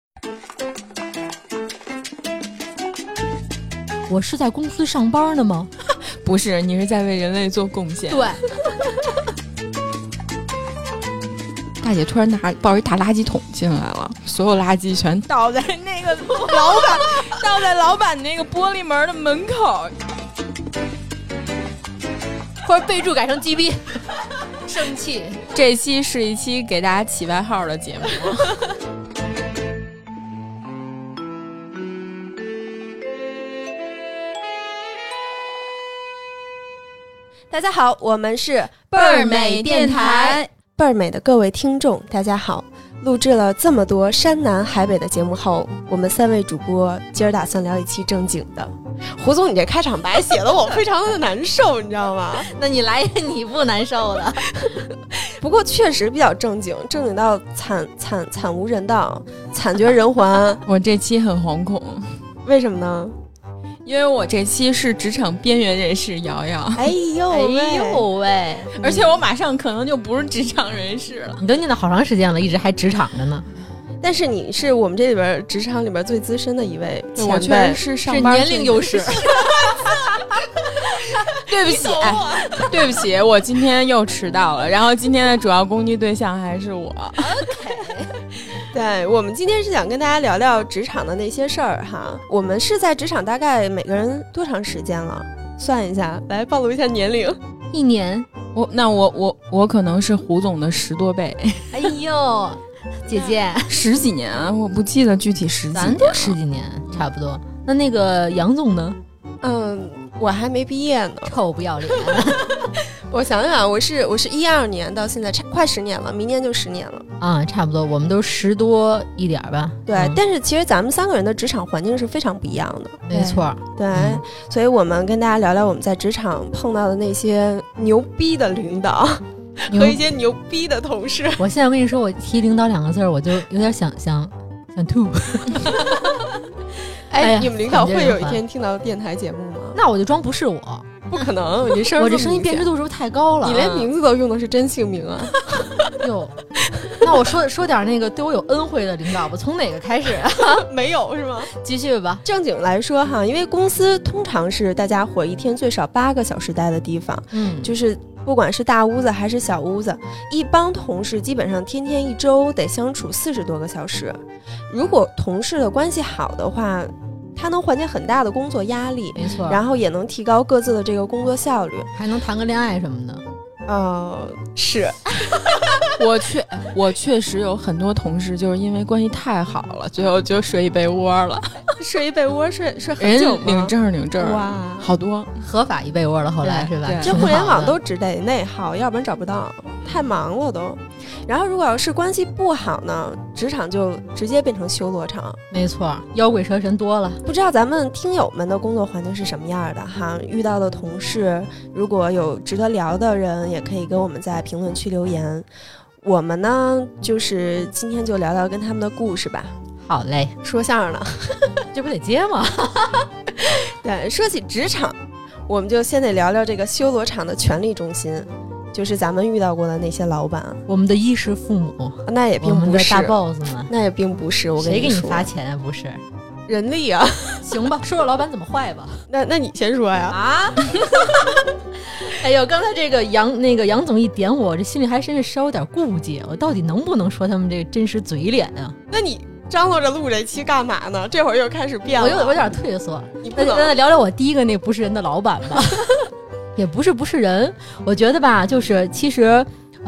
我是在公司上班呢吗？ 不是，你是在为人类做贡献。 对。 大姐突然抱一大垃圾桶进来了，所有垃圾全倒在那个老板那个玻璃门的门口， 或者备注改成 GB 生气。 这期是一期给大家起外号的节目。 大家好，我们是倍儿美电台。 倍儿美的各位听众大家好，录制了这么多山南海北的节目后，我们3位主播今儿打算聊一期正经的。胡总，你这开场白写得我非常的难受，你知道吗？ 那你来你不难受的。 不过确实比较正经到惨无人道，惨绝人寰。 我这期很惶恐， 为什么呢？ 因为我这期是职场边缘人士瑶瑶。 哎呦喂！ 而且我马上可能就不是职场人士了。 你都念了好长时间了，一直还职场着呢。 但是你是我们这里边职场里边最资深的一位前辈， 我确实是上班是年龄优势。 对不起，对不起，我今天又迟到了。然后今天的主要攻击对象还是我。 OK。对，我们今天是想跟大家聊聊职场的那些事儿哈。我们是在职场大概每个人多长时间了？算一下，来暴露一下年龄。 1年。 我可能是胡总的10多倍。 哎呦，姐姐 10几年，我不记得具体10几年。 咱都10几年差不多。那个杨总呢？ 我还没毕业呢。 臭不要脸。 我想想，我是12年到现在快10年了，明年就10年了啊，差不多，我们都10多一点吧。 对，但是其实咱们3个人的职场环境是非常不一样的。 没错， 对，所以我们跟大家聊聊我们在职场碰到的那些牛逼的领导和一些牛逼的同事。 我现在跟你说，我提领导2个字，我就有点想吐。 哎，你们领导会有一天听到电台节目吗？ 那我就装不是我。 不可能，你我这声音辨识度是不是太高了？ 你连名字都用的是真姓名啊！ 哟，那我说点那个对我有恩惠的领导吧，从哪个开始？ 没有是吗？ 继续吧。 正经来说哈，因为公司通常是大家伙一天最少8个小时待的地方，就是不管是大屋子还是小屋子，一帮同事基本上天天一周得相处40多个小时。如果同事的关系好的话，它能缓解很大的工作压力， 没错， 然后也能提高各自的这个工作效率， 还能谈个恋爱什么的。 是。 我确实有很多同事就是因为关系太好了，最后就睡一被窝了。 睡一被窝睡很久吗？ 领证哇，好多合法一被窝了，后来是吧？ 这互联网都只得内耗，要不然找不到，太忙了都。然后如果要是关系不好呢，职场就直接变成修罗场。 没错，妖鬼蛇神多了。 不知道咱们听友们的工作环境是什么样的哈？遇到的同事如果有值得聊的人，也可以跟我们在评论区留言。我们呢，就是今天就聊聊跟他们的故事吧。 好嘞， 说相声呢， 这不得接吗？ 对，说起职场，我们就先得聊聊这个修罗场的权力中心，就是咱们遇到过的那些老板。 我们的衣食父母， 那也并不是。 我们的大 boss 们， 那也并不是。我跟你说， 谁给你发钱啊？不是人力啊。 行吧，说说老板怎么坏吧。 那你先说呀。 啊？哎呦，刚才这个杨总一点我，这心里还真是稍有点顾忌，我到底能不能说他们这真实嘴脸啊？ 那你张罗着录这期干嘛呢？这会儿又开始变了。 我有点退缩。 你不能那聊聊我第一个那不是人的老板吧？也不是人，我觉得吧，就是其实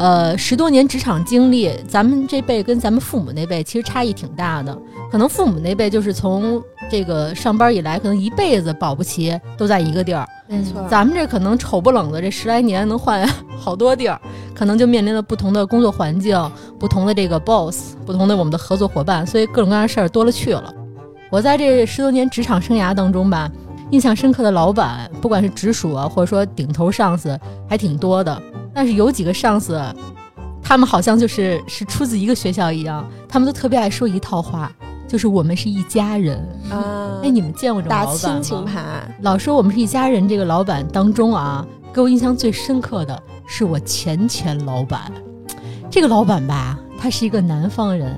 10多年职场经历，咱们这辈跟咱们父母那辈其实差异挺大的。可能父母那辈就是从这个上班以来，可能一辈子保不齐都在一个地儿。 没错， 咱们这可能丑不冷的这10来年能换好多地儿，可能就面临了不同的工作环境，不同的这个 boss， 不同的我们的合作伙伴，所以各种各样的事儿多了去了。我在这10多年职场生涯当中吧，印象深刻的老板，不管是直属啊，或者说顶头上司，还挺多的。但是有几个上司，他们好像是出自一个学校一样，他们都特别爱说一套话，就是我们是一家人啊。哎，你们见过这种老板吗？ 打亲情牌， 老说我们是一家人。这个老板当中啊，给我印象最深刻的是我前老板。这个老板吧，他是一个南方人，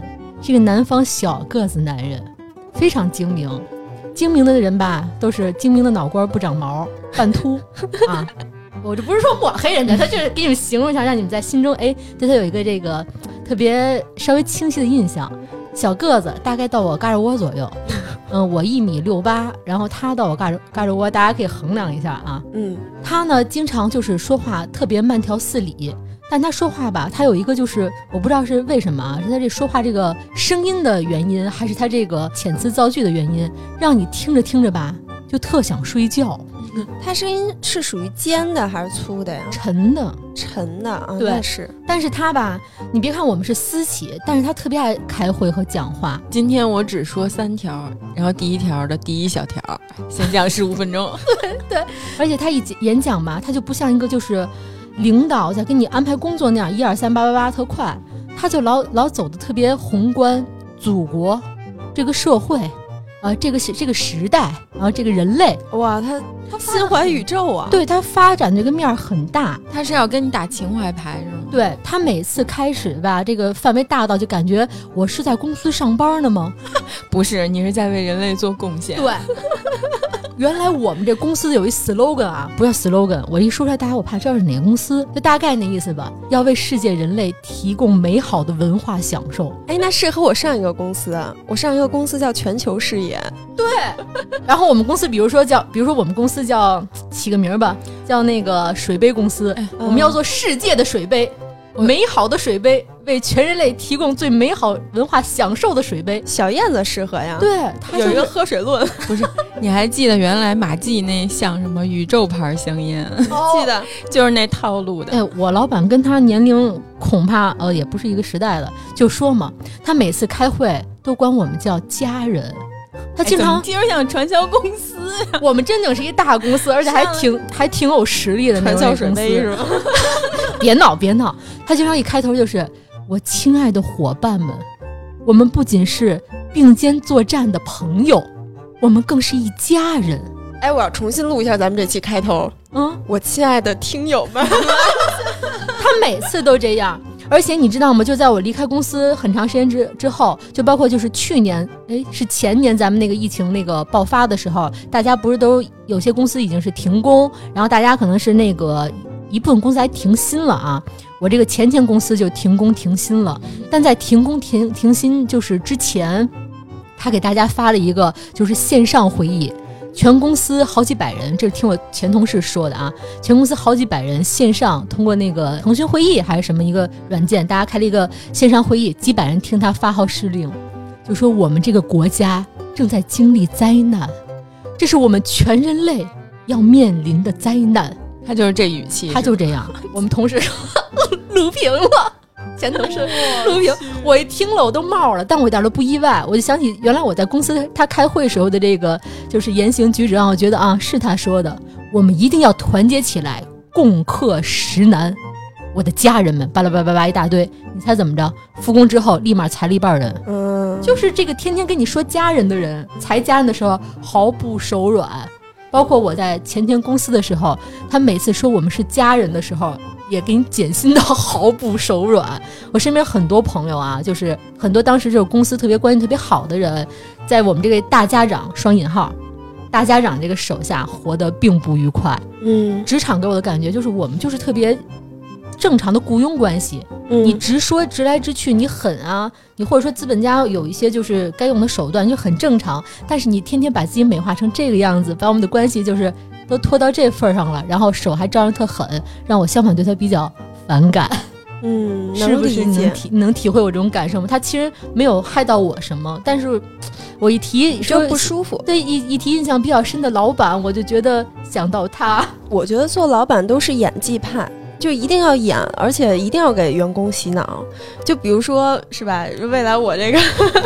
是一个南方小个子男人，非常精明。精明的人吧，都是精明的脑瓜不长毛，半秃啊。我这不是说抹黑人家，他就是给你们形容一下，让你们在心中对他有一个这个特别稍微清晰的印象。小个子，大概到我胳肢窝左右。我1.68米，然后他到我胳肢窝，大家可以衡量一下啊。他呢经常就是说话特别慢条斯理，但他说话吧，他有一个就是我不知道是为什么啊，是他这说话这个声音的原因，还是他这个遣词造句的原因，让你听着听着吧，就特想睡觉。 他声音是属于尖的还是粗的呀？ 沉的啊， 对， 是。 但是他吧，你别看我们是私企，但是他特别爱开会和讲话。 今天我只说3条，然后第一条的第一小条，先讲15分钟。 对，而且他一演讲吧，他就不像一个就是领导在给你安排工作那样1、2、3、8、8、8特快，他就老走的特别宏观，祖国这个社会。这个时代，然后这个人类， 哇，他心怀宇宙啊！ 对，他发展这个面很大， 他是要跟你打情怀牌是吗？ 对，他每次开始吧，这个范围大到就感觉我是在公司上班呢吗？ 不是，你是在为人类做贡献。 对，原来我们这公司有一 slogan 啊，不叫 slogan， 我一说出来大家我怕知道是哪个公司，就大概那意思吧，要为世界人类提供美好的文化享受。 那适合我上一个公司啊，我上一个公司叫全球视野。 对，然后我们公司比如说我们公司叫起个名吧，叫那个水杯公司，我们要做世界的水杯，美好的水杯，为全人类提供最美好文化享受的水杯。 小燕子适合呀， 对，他有一个喝水论。 不是，你还记得原来马季那像什么宇宙牌香烟？ 记得， 就是那套路的。 我老板跟他年龄恐怕也不是一个时代的，就说嘛，他每次开会都管我们叫家人。他经常听着像传销公司呀， 我们真正是一大公司，而且还挺有实力的传销水杯是吧？ 别闹，他经常一开头就是我亲爱的伙伴们，我们不仅是并肩作战的朋友，我们更是一家人。 我要重新录一下咱们这期开头。我亲爱的听友们， 他每次都这样。而且你知道吗？就在我离开公司很长时间之后，就包括就是去年，是前年咱们那个疫情那个爆发的时候，大家不是都有些公司已经是停工，然后大家可能是那个一部分公司还停薪了啊。我这个前公司就停工停薪了，但在停工停薪就是之前，他给大家发了一个就是线上会议。全公司好几百人，这是听我前同事说的啊。全公司好几百人线上通过那个腾讯会议还是什么一个软件，大家开了一个线上会议，几百人听他发号施令，就说我们这个国家正在经历灾难，这是我们全人类要面临的灾难。 他就是这语气， 他就这样。我们同事说录屏了。前同事录屏，我一听了我都冒了，但我一点都不意外。我就想起原来我在公司他开会时候的这个就是言行举止，让我觉得是他说的，我们一定要团结起来，共克时难。我的家人们，巴拉巴拉巴拉一大堆，你猜怎么着？复工之后立马裁了一半人。就是这个天天跟你说家人的人，裁家人的时候毫不手软。包括我在前公司的时候，他每次说我们是家人的时候，也给你减薪到毫不手软。我身边很多朋友啊，就是很多当时这个公司特别关系特别好的人，在我们这个大家长双引号大家长这个手下活得并不愉快。职场给我的感觉就是我们就是特别正常的雇佣关系，你直说直来直去，你狠啊，你或者说资本家有一些就是该用的手段就很正常，但是你天天把自己美化成这个样子，把我们的关系就是都拖到这份上了，然后手还照样特狠，让我相反对他比较反感。是不是能体会我这种感受吗？他其实没有害到我什么，但是我一提说不舒服， 对，一提印象比较深的老板，我就觉得想到他。 我觉得做老板都是演技派，就一定要演，而且一定要给员工洗脑。就比如说是吧，未来我这个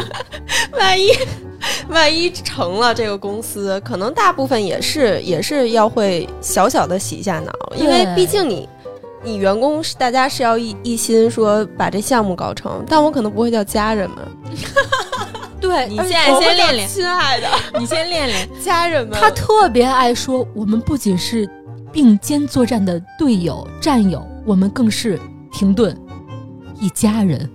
万一成了这个公司，可能大部分也是要会小小的洗一下脑，因为毕竟你员工是大家是要一心说把这项目搞成，但我可能不会叫家人们。 对， 你现在先练练， 亲爱的， 你先练练家人们。 他特别爱说，我们不仅是并肩作战的队友战友，我们更是停顿一家人。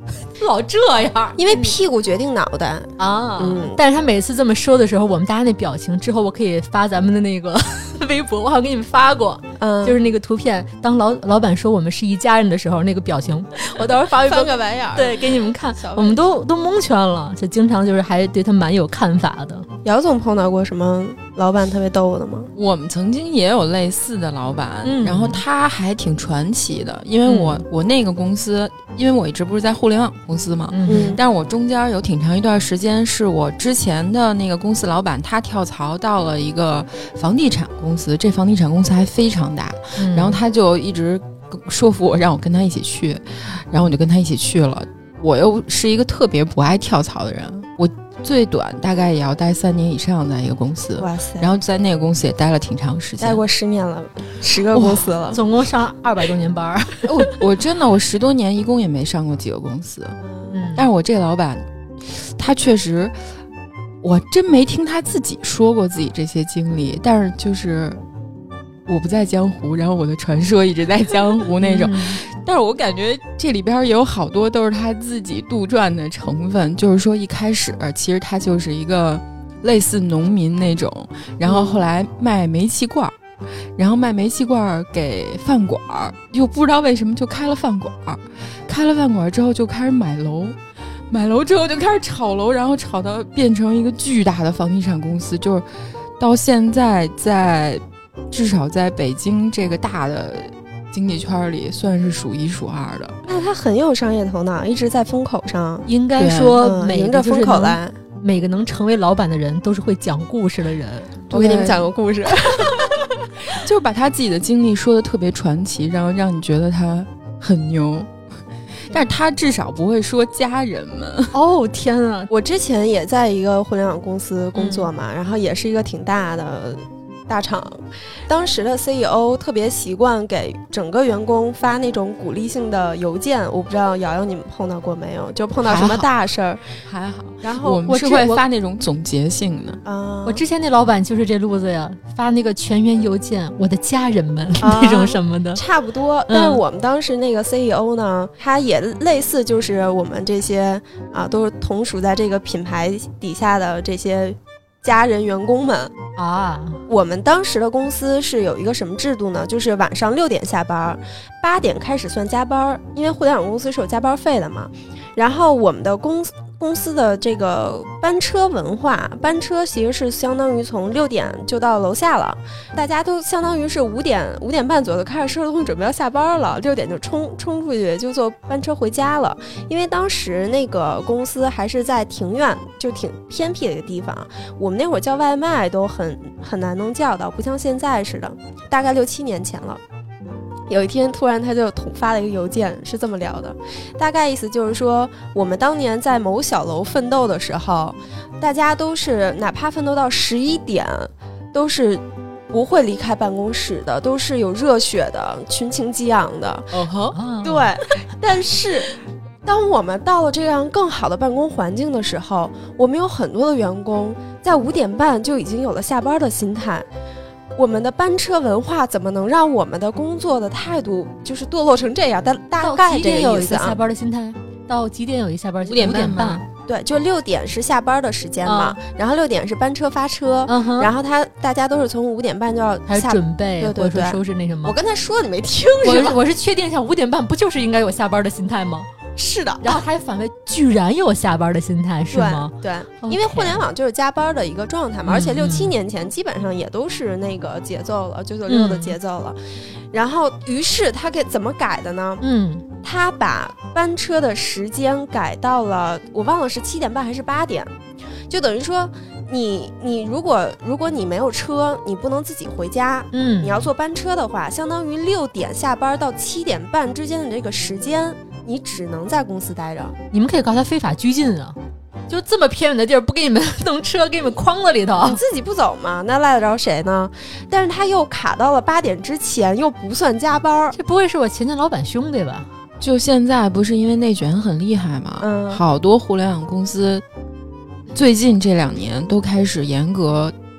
老这样， 因为屁股决定脑袋啊。但是他每次这么说的时候，我们大家那表情，之后我可以发咱们的那个微博，我好像给你们发过，就是那个图片。当老板说我们是一家人的时候，那个表情，我到时候发微博翻个白眼， 对，给你们看。我们都蒙圈了，就经常就是还对他蛮有看法的。 姚总碰到过什么老板特别逗的吗？ 我们曾经也有类似的老板，然后他还挺传奇的，因为我那个公司，因为我一直不是在互联网公司嘛，但是我中间有挺长一段时间是我之前的那个公司老板他跳槽到了一个房地产公司，这房地产公司还非常大，然后他就一直说服我让我跟他一起去，然后我就跟他一起去了。我又是一个特别不爱跳槽的人，我最短大概也要待3年以上在一个公司。 哇塞！ 然后在那个公司也待了挺长时间， 待过10年了，10个公司了， 总共上200多年班。 我真的我10多年一共也没上过几个公司。但是我这个老板，他确实，我真没听他自己说过自己这些经历，但是就是我不在江湖，然后我的传说一直在江湖那种。但是我感觉这里边也有好多都是他自己杜撰的成分，就是说一开始其实他就是一个类似农民那种，然后后来卖煤气罐，然后卖煤气罐给饭馆，又不知道为什么就开了饭馆，开了饭馆之后就开始买楼，买楼之后就开始炒楼，然后炒到变成一个巨大的房地产公司，就是到现在至少在北京这个大的经济圈里算是数1数2的。 那他很有商业头脑，一直在风口上。 应该说每个风口来， 每个能成为老板的人都是会讲故事的人。 我给你们讲个故事， 就是把他自己的经历说的特别传奇，然后让你觉得他很牛。但是他至少不会说家人们。 哦天啊！ 我之前也在一个互联网公司工作嘛，然后也是一个挺大的大厂，当时的 CEO 特别习惯给整个员工发那种鼓励性的邮件，我不知道瑶瑶你们碰到过没有，就碰到什么大事儿还好， 然后我们是会发那种总结性的。 我之前那老板就是这路子呀，发那个全员邮件，我的家人们那种什么的， 差不多。但是我们当时那个 CEO 呢，他也类似，就是我们这些都是同属在这个品牌底下的这些家人员工们啊。 我们当时的公司是有一个什么制度呢？就是晚上6点下班，8点开始算加班，因为互联网公司是有加班费的嘛。然后我们的公司的这个班车文化，班车其实是相当于从6点就到楼下了，大家都相当于是5点半左右就开始收拾东西准备要下班了，6点就冲出去就坐班车回家了。因为当时那个公司还是在挺远就挺偏僻的一个地方，我们那会儿叫外卖都很难能叫到，不像现在似的，大概6、7年前了。有一天突然他就发了一个邮件，是这么聊的，大概意思就是说，我们当年在某小楼奋斗的时候，大家都是哪怕奋斗到11点都是不会离开办公室的，都是有热血的，群情激昂的。对，但是当我们到了这样更好的办公环境的时候，我们有很多的员工在5点半就已经有了下班的心态。我们的班车文化怎么能让我们的工作的态度就是堕落成这样？大概这个意思啊。 有一个下班的心态，到几点有一下班？5点半。 对，就6点是下班的时间嘛，然后6点是班车发车，然后大家都是从5点半就要还是准备， 对， 或者说收拾那什么。 我跟他说你没听我是确定一下，5点半不就是应该有下班的心态吗？ 是的， 然后他还反问，居然有下班的心态是吗？ 对，因为互联网就是加班的一个状态嘛，而且6、7年前基本上也都是那个节奏了，996的节奏了。然后，于是他怎么改的呢？他把班车的时间改到了，我忘了是7点半还是8点，就等于说你如果你没有车，你不能自己回家，你要坐班车的话，相当于6点下班到7点半之间的这个时间。你只能在公司待着， 你们可以告他非法拘禁啊！就这么偏远的地儿，不给你们弄车，给你们框在里头， 你自己不走吗？那赖得着谁呢？但是他又卡到了8点之前，又不算加班， 这不会是我前老板兄弟吧？ 就现在不是因为内卷很厉害吗？好多互联网公司最近这2年都开始严格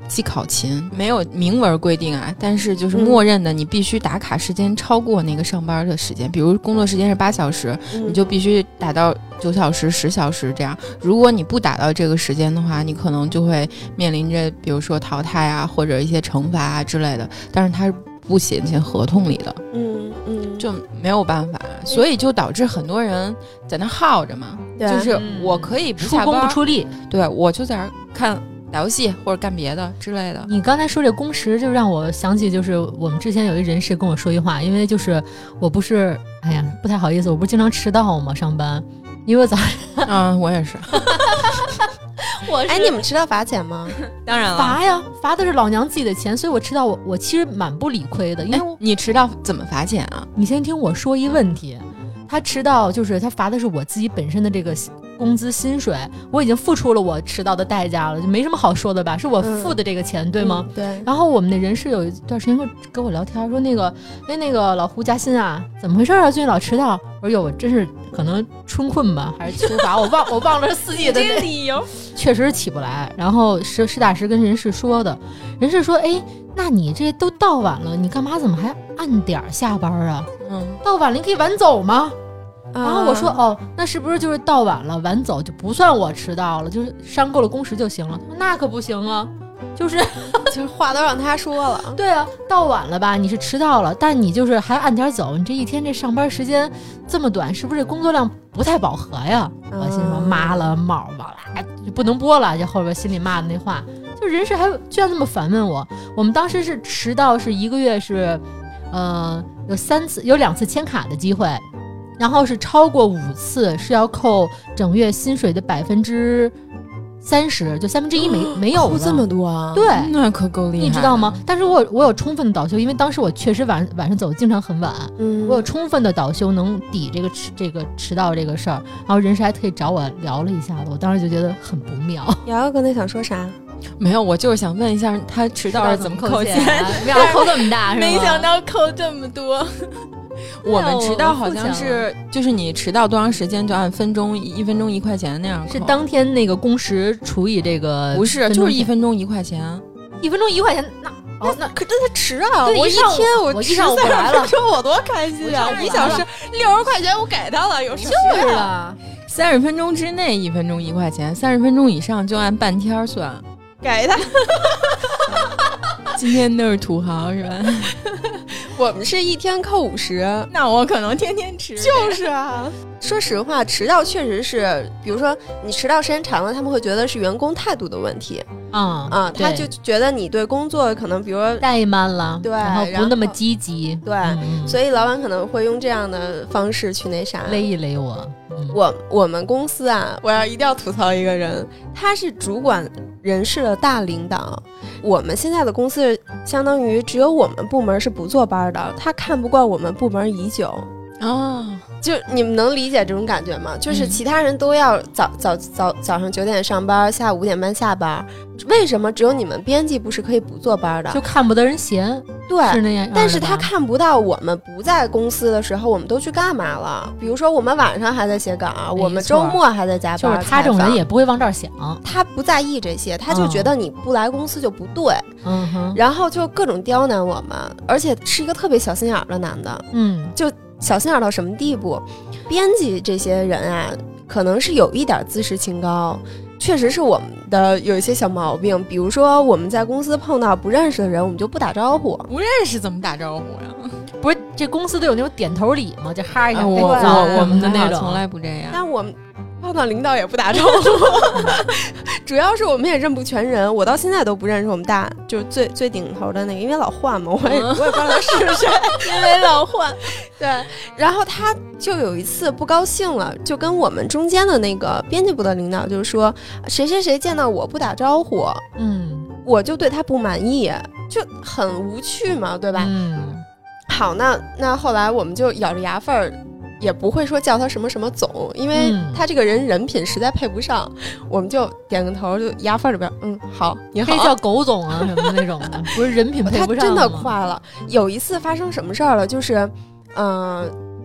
记考勤，没有明文规定啊，但是就是默认的，你必须打卡时间超过那个上班的时间，比如工作时间是8小时，你就必须打到9小时、10小时这样。如果你不打到这个时间的话，你可能就会面临着比如说淘汰啊，或者一些惩罚啊之类的。但是它是不写进合同里的，就没有办法，所以就导致很多人在那耗着嘛。就是我可以不下班， 出工不出力， 对，我就在那看打游戏或者干别的之类的。 你刚才说这工时，就让我想起，就是我们之前有一人事跟我说一话，因为就是我不是，哎呀，不太好意思，我不是经常迟到吗？上班，因为早上，我也是。 哎，你们迟到罚钱吗？ 当然了， 罚呀，罚的是老娘自己的钱，所以我迟到我其实蛮不理亏的。因为你迟到怎么罚钱啊？ 你先听我说一问题，他迟到就是他罚的是我自己本身的这个工资薪水，我已经付出了我迟到的代价了，就没什么好说的吧？是我付的这个钱，对吗？ 对。 然后我们那人事有一段时间跟我聊天，说那个老胡加薪啊，怎么回事啊？最近老迟到。我说哟，我真是可能春困吧，还是秋乏？我忘了四季的这个理由， 确实起不来。然后实打实跟人事说的，人事说，哎，那你这都到晚了，你干嘛怎么还按点下班啊？到晚了你可以晚走吗？然后我说哦，那是不是就是到晚了晚走就不算我迟到了，就是上够了工时就行了？他说那可不行啊，就是话都让他说了。 对啊，到晚了吧，你是迟到了，但你就是还按点走，你这一天这上班时间这么短，是不是工作量不太饱和呀？我心说妈了毛了，就不能播了，就后边心里骂的那话，就人事还居然那么反问我。我们当时是迟到是1个月是有2次签卡的机会。然后是超过5次是要扣整月薪水的30%，就1/3没有了。 扣这么多啊？ 对， 那可够厉害， 你知道吗？但是我有充分的倒休，因为当时我确实晚上走经常很晚，我有充分的倒休能抵这个迟到这个事儿。然后人事还特意找我聊了一下子，我当时就觉得很不妙。 瑶瑶刚才想说啥？ 没有，我就是想问一下他迟到是怎么扣钱？ 没想到扣这么大，是吗？ 没想到扣这么多。我们迟到好像是，就是你迟到多长时间就按分钟，1分钟1块钱那样扣。 是当天那个工时除以这个？ 不是，就是1分钟1块钱。 1分钟1块钱，那可真的迟啊！ 我一天我一上午不来了， 说我多开心啊！1小时60块钱我给他了，有什么？ 就是了 ，30分钟之内1分钟1块钱，30分钟以上就按半天算。 给他。 今天都是土豪是吧？ 我们是一天扣50， 那我可能天天迟。 就是啊，说实话，迟到确实是，比如说你迟到时间长了，他们会觉得是员工态度的问题。他就觉得你对工作可能，比如说怠慢了， 对， 然后不那么积极， 对，所以老板可能会用这样的方式去那啥， 勒一勒我。 我们公司啊，一定要吐槽一个人，他是主管人事的大领导。我们现在的公司相当于只有我们部门是不坐班的，他看不惯我们部门已久。就你们能理解这种感觉吗？就是其他人都要早上9点上班，下午5点半下班，为什么只有你们编辑部是可以不坐班的？ 就看不得人闲， 对， 是那样。 但是他看不到我们不在公司的时候，我们都去干嘛了？比如说我们晚上还在写稿，我们周末还在加班。 就是他这种人也不会往这儿想， 他不在意这些，他就觉得你不来公司就不对，然后就各种刁难我们，而且是一个特别小心眼的男的，就小心眼到什么地步？编辑这些人啊，可能是有一点自视清高，确实是我们的有一些小毛病。比如说我们在公司碰到不认识的人，我们就不打招呼。 不认识怎么打招呼呀？ 不是，这公司都有那种点头礼吗？就哈一下， 我们的那种从来不这样。 但我们碰到领导也不打招呼，主要是我们也认不全人。我到现在都不认识我们就是最顶头的那个，因为老换嘛，我也不知道他是不是因为老换。对，然后他就有一次不高兴了，就跟我们中间的那个编辑部的领导就说，谁谁谁见到我不打招呼，我就对他不满意，就很无趣嘛，对吧？好，那后来我们就咬着牙缝儿。也不会说叫他什么什么总，因为他这个人品实在配不上，我们就点个头，就牙缝里边，好，你好， 可以叫狗总啊什么那种的，不是人品配不上吗？ 他真的快了。有一次发生什么事儿了，就是，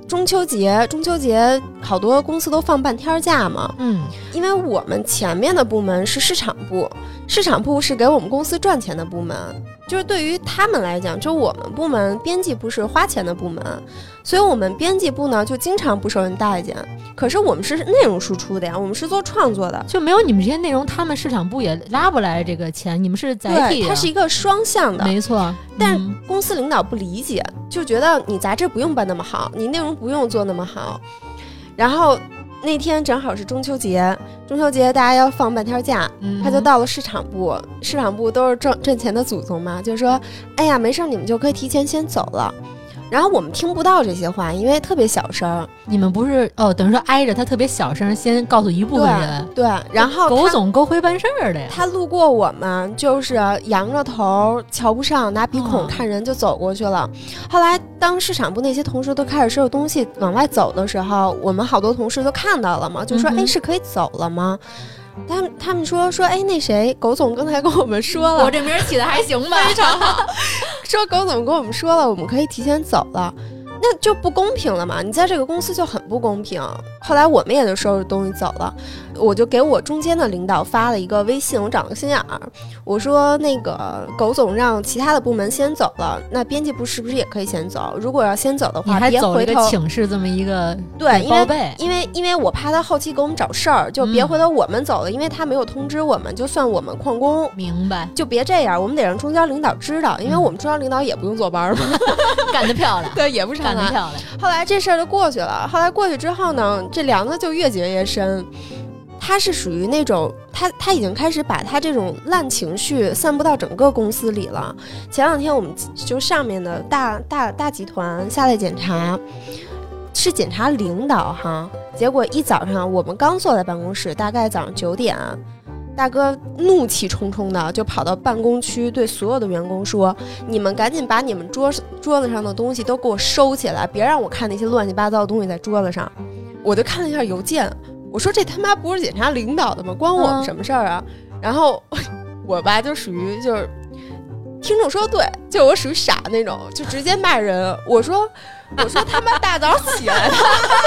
中秋节好多公司都放半天假嘛。因为我们前面的部门是市场部，市场部是给我们公司赚钱的部门，就是对于他们来讲，就我们部门编辑部是花钱的部门，所以我们编辑部呢就经常不受人待见。可是我们是内容输出的呀，我们是做创作的， 就没有你们这些内容，他们市场部也拉不来这个钱，你们是载体。 对，它是一个双向的， 没错。 但公司领导不理解，就觉得你杂志不用办那么好，你内容不用做那么好。然后那天正好是中秋节大家要放半天假，他就到了市场部，市场部都是挣钱的祖宗嘛，就说哎呀没事，你们就可以提前先走了。然后我们听不到这些话，因为特别小声。 你们不是等于说挨着他特别小声，先告诉一部分人。 对，然后狗总够会办事儿的呀。 他路过我们，就是扬着头，瞧不上，拿鼻孔看人就走过去了。后来当市场部那些同事都开始收拾东西往外走的时候，我们好多同事都看到了嘛，就说哎，是可以走了吗？他们说哎，那谁狗总刚才跟我们说了， 我这名起的还行吧， 非常好。说狗总跟我们说了，我们可以提前走了，那就不公平了嘛，你在这个公司就很不公平。后来我们也就收拾东西走了，我就给我中间的领导发了一个微信，我长了个心眼儿，我说那个狗总让其他的部门先走了，那编辑部是不是也可以先走？如果要先走的话， 你还别回头走一个请示这么一个对报备， 因为我怕他后期给我们找事儿，就别回头我们走了，因为他没有通知我们，就算我们旷工， 明白？ 就别这样，我们得让中间领导知道，因为我们中间领导也不用坐班嘛， 干得漂亮， 对，也不是干得漂亮。 后来这事儿就过去了，后来过去之后呢，这梁子就越结越深。他是属于那种，他已经开始把他这种烂情绪散布到整个公司里了。前两天我们就上面的大集团下来检查，是检查领导哈，结果一早上我们刚坐在办公室，大概早上9点，大哥怒气冲冲的就跑到办公区，对所有的员工说：“你们赶紧把你们桌子上的东西都给我收起来，别让我看那些乱七八糟的东西在桌子上。”我就看了一下邮件，我说这他妈不是检查领导的吗？关我们什么事儿啊？然后我吧就属于就是听众说对，就我属于傻那种，就直接骂人。我说他妈大早起来的。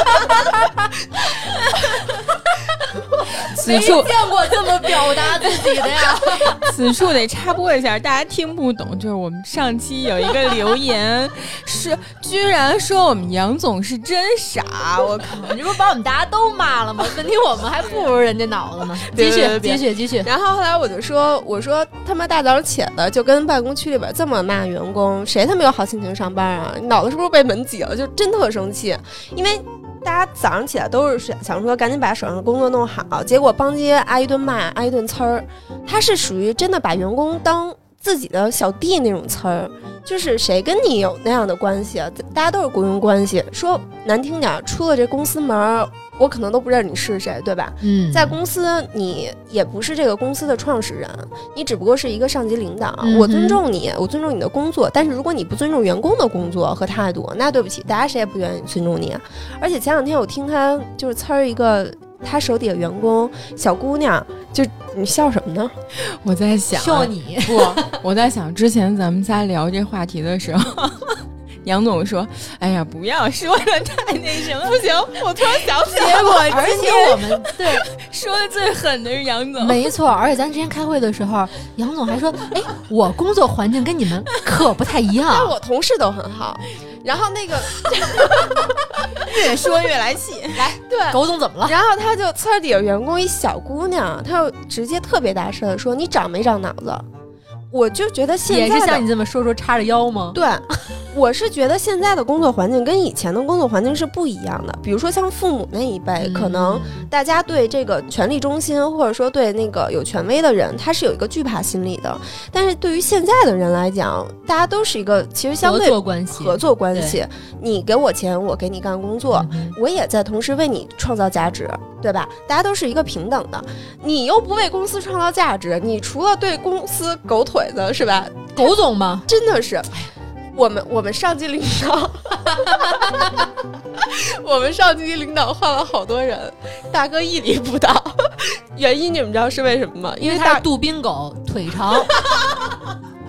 没见过这么表达自己的呀。 此处得插播一下，大家听不懂，就是我们上期有一个留言是居然说我们杨总是真傻，我靠， 你这不把我们大家都骂了吗？问题我们还不如人家脑子呢。继续。 然后后来我说他妈大早上起来的就跟办公区里边这么骂员工，谁他妈有好心情上班啊？你脑子是不是被门挤了？就真特生气，因为大家早上起来都是想说赶紧把手上的工作弄好，结果帮街挨一顿骂，挨一顿呲儿。他是属于真的把员工当自己的小弟那种呲儿，就是谁跟你有那样的关系啊？大家都是雇佣关系，说难听点，出了这公司门我可能都不认识你是谁，对吧？在公司你也不是这个公司的创始人，你只不过是一个上级领导。我尊重你，我尊重你的工作，但是如果你不尊重员工的工作和态度，那对不起，大家谁也不愿意尊重你。而且前两天我听他就是呲儿一个他手底下员工小姑娘，就你笑什么呢？ 我在想笑你不，我在想之前咱们仨聊这话题的时候。杨总说：“哎呀，不要说的太那什么，不行！我突然想起来，结果而且我们对说的最狠的是杨总， 没错。而且咱之前开会的时候，杨总还说：‘哎，我工作环境跟你们可不太一样。’ 但我同事都很好。然后那个越说越来气， 来， 对， 狗总怎么了？ 然后他就呲底下员工一小姑娘，他就直接特别大声的说：‘你长没长脑子？’我就觉得现在也是像你这么说叉着腰吗？ 对。”我是觉得现在的工作环境跟以前的工作环境是不一样的，比如说像父母那一辈，可能大家对这个权力中心或者说对那个有权威的人，他是有一个惧怕心理的。但是对于现在的人来讲，大家都是一个其实相对合作关系，你给我钱，我给你干工作，我也在同时为你创造价值，对吧？大家都是一个平等的，你又不为公司创造价值，你除了对公司狗腿子是吧？ 狗总吗？ 真的是。我们上级领导，我们上级领导换了好多人，大哥屹立不倒。原因你们知道是为什么吗？ 因为他是杜宾狗，腿长。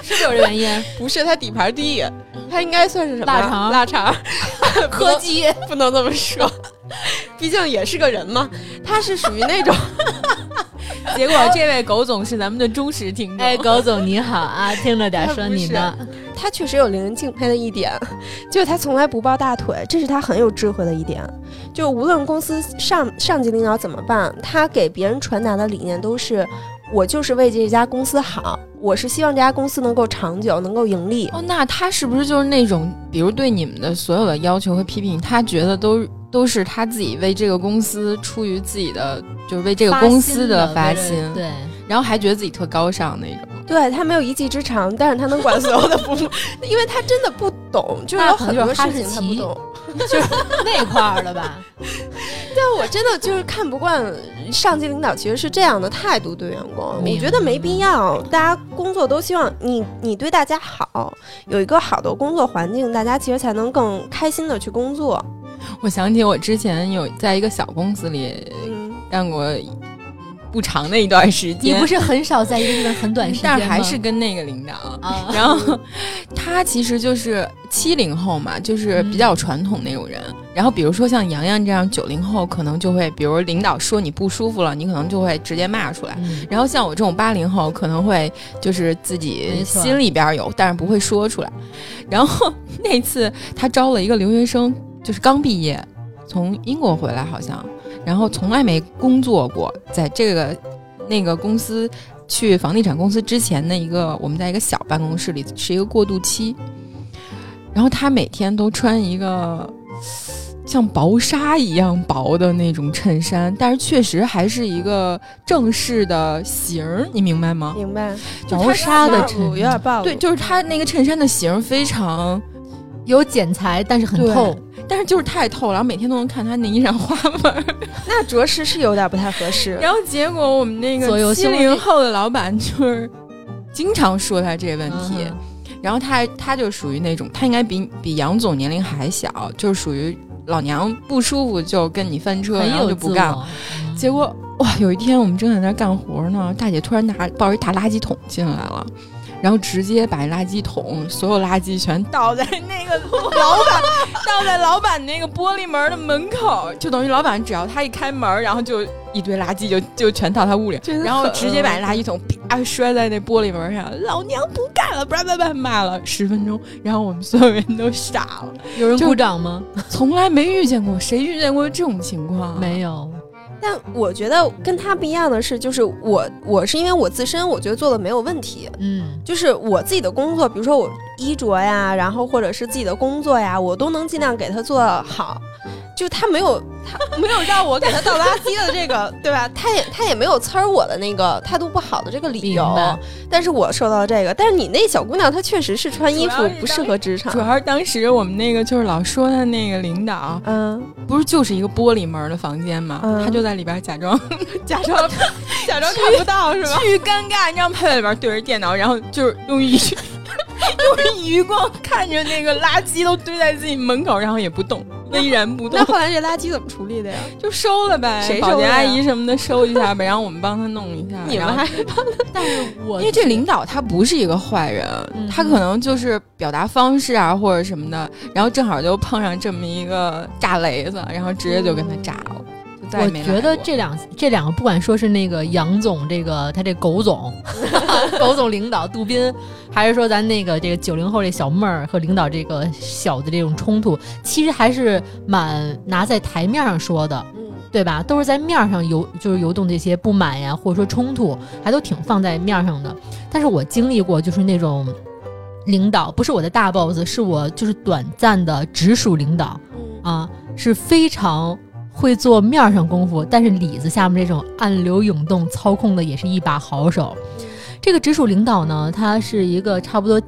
是不是有这原因？ 不是，他底盘低，他应该算是什么？ 腊肠柯基不能这么说，毕竟也是个人嘛。他是属于那种结果这位狗总是咱们的忠实听众。 哎，狗总你好啊，听着点说你呢。 他确实有令人敬佩的一点，就是他从来不抱大腿，这是他很有智慧的一点。就无论公司上级领导怎么办，他给别人传达的理念都是我就是为这家公司好，我是希望这家公司能够长久，能够盈利。 哦，那他是不是就是那种比如对你们的所有的要求和批评，他觉得都是他自己为这个公司出于自己的就是为这个公司的发心， 对， 然后还觉得自己特高尚那种。 对，他没有一技之长，但是他能管所有的部门，因为他真的不懂，就是有很多事情他不懂， 就是那块儿的吧。 但我真的就是看不惯上级领导其实是这样的态度对员工，我觉得没必要。大家工作都希望你对大家好，有一个好的工作环境，大家其实才能更开心的去工作。 我想起我之前有在一个小公司里干过不长的一段时间。 你不是很少在一个地方很短时间吗？ 但是还是跟那个领导然后他其实就是70后嘛，就是比较传统那种人。然后比如说像洋洋这样90后，可能就会比如领导说你不舒服了，你可能就会直接骂出来。然后像我这种80后，可能会就是自己心里边有，但是不会说出来。然后那次他招了一个留学生，就是刚毕业从英国回来好像，然后从来没工作过，在那个公司去房地产公司之前的我们在一个小办公室里是一个过渡期。然后他每天都穿一个像薄纱一样薄的那种衬衫，但是确实还是一个正式的型儿，你明白吗？ 明白， 薄纱的衬衫有点暴露。 对，就是他那个衬衫的型非常有剪裁，但是很透， 但是就是太透了，然后每天都能看他那衣裳花纹，那着实是有点不太合适。 然后结果我们那个70后的老板就是经常说他这个问题。然后他就属于那种，他应该比杨总年龄还小，就是属于老娘不舒服就跟你翻车，然后就不干了。结果哇，有一天我们正在那干活呢，大姐突然抱着一大垃圾桶进来了，然后直接把垃圾桶所有垃圾全倒在那个老板那个玻璃门的门口，就等于老板只要他一开门，然后就一堆垃圾就全到他屋里，然后直接把垃圾桶啪摔在那玻璃门上，老娘不干了，叭叭叭骂了10分钟，然后我们所有人都傻了。 有人鼓掌吗？ 从来没遇见过，谁遇见过这种情况？ 没有。 但我觉得跟他不一样的是，就是我是因为我自身我觉得做的没有问题，就是我自己的工作，比如说我衣着呀，然后或者是自己的工作呀，我都能尽量给他做好。就他没有让我给他倒垃圾的这个对吧，他也没有呲我的那个态度不好的这个理由，但是我受到了这个。但是你那小姑娘她确实是穿衣服不适合职场， 主要是当时我们那个就是老说他那个领导不是就是一个玻璃门的房间嘛，他就在里边假装看不到是吧，巨尴尬，你知道吗？他在里边对着电脑，然后就是用余光看着那个垃圾都堆在自己门口，然后也不动，巍然不动。 那后来这垃圾怎么处理的呀？ 就收了呗， 谁收保洁阿姨什么的收一下呗，然后我们帮他弄一下。 你们还帮他？ 但是因为这领导他不是一个坏人，他可能就是表达方式啊或者什么的，然后正好就碰上这么一个炸雷子，然后直接就跟他炸了。 我觉得这两个不管说是那个杨总他这狗总狗总领导杜斌，还是说咱这个90后这小妹儿和领导这个小的这种冲突，其实还是蛮拿在台面上说的，对吧？都是在面上就是游动这些不满呀，或者说冲突，还都挺放在面上的。但是我经历过就是那种领导不是我的大 boss， 是我就是短暂的直属领导是非常会做面上功夫，但是里子下面这种暗流涌动操控的也是一把好手。这个直属领导呢，他是一个差不多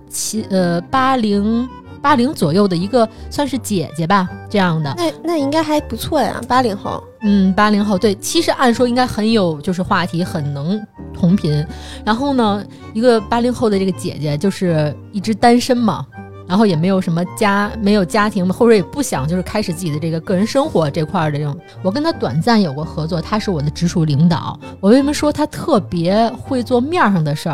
80左右的一个算是姐姐吧这样的。 那应该还不错呀，80后。 80后对，其实按说应该很有就是话题，很能同频。然后呢，一个80后的这个姐姐就是一直单身嘛。然后也没有什么没有家庭，或者也不想就是开始自己的这个个人生活这块的这种。我跟他短暂有过合作，他是我的直属领导。我为什么说他特别会做面上的事儿？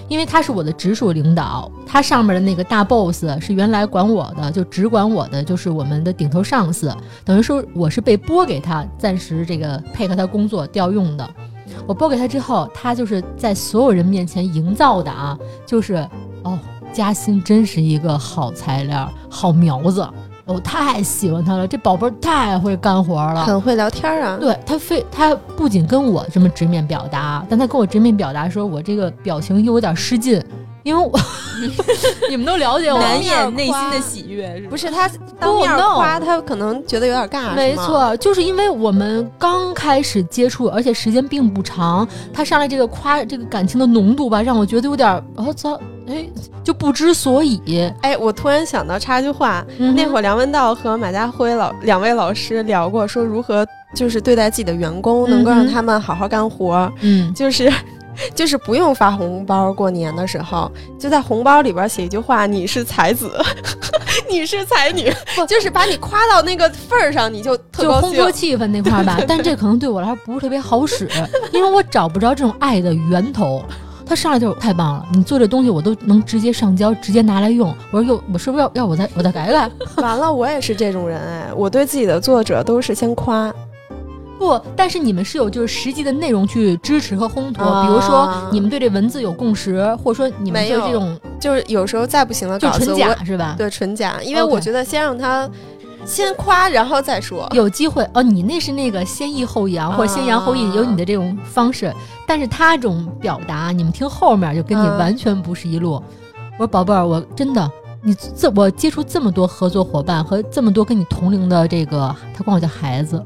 因为他是我的直属领导，他上面的那个大 boss 是原来管我的，就只管我的，就是我们的顶头上司，等于说我是被拨给他，暂时这个配合他工作调用的。我拨给他之后，他就是在所有人面前营造的啊，就是嘉欣真是一个好材料，好苗子，我太喜欢他了，这宝贝太会干活了， 很会聊天啊。 对，他不仅跟我这么直面表达，但他跟我直面表达说我这个表情又有点失禁，因为我你们都了解我难掩内心的喜悦， 不是他当面夸他可能觉得有点尬， 没错，就是因为我们刚开始接触，而且时间并不长，他上来这个夸这个感情的浓度吧，让我觉得有点就不知所以。 我突然想到插句话，那会儿梁文道和马家辉两位老师聊过，说如何就是对待自己的员工，能够让他们好好干活，就是不用发红包，过年的时候就在红包里边写一句话，你是才子你是才女，就是把你夸到那个份儿上，你就特高兴， 就烘托气氛那块吧。但这可能对我来说不是特别好使，因为我找不着这种爱的源头。他上来就太棒了，你做这东西我都能直接上交，直接拿来用。我说我是不是要我再改改？ 完了，我也是这种人我对自己的作者都是先夸。 不，但是你们是有就是实际的内容去支持和烘托，比如说你们对这文字有共识，或者说你们对这种就是有时候再不行的稿子就纯假是吧？ 对，纯假，因为我觉得先让他先夸，然后再说。 有机会你那是那个先抑后扬，或者先扬后抑，有你的这种方式。但是他这种表达，你们听后面就跟你完全不是一路。我说宝贝儿，我真的，我接触这么多合作伙伴和这么多跟你同龄的这个，他管我叫孩子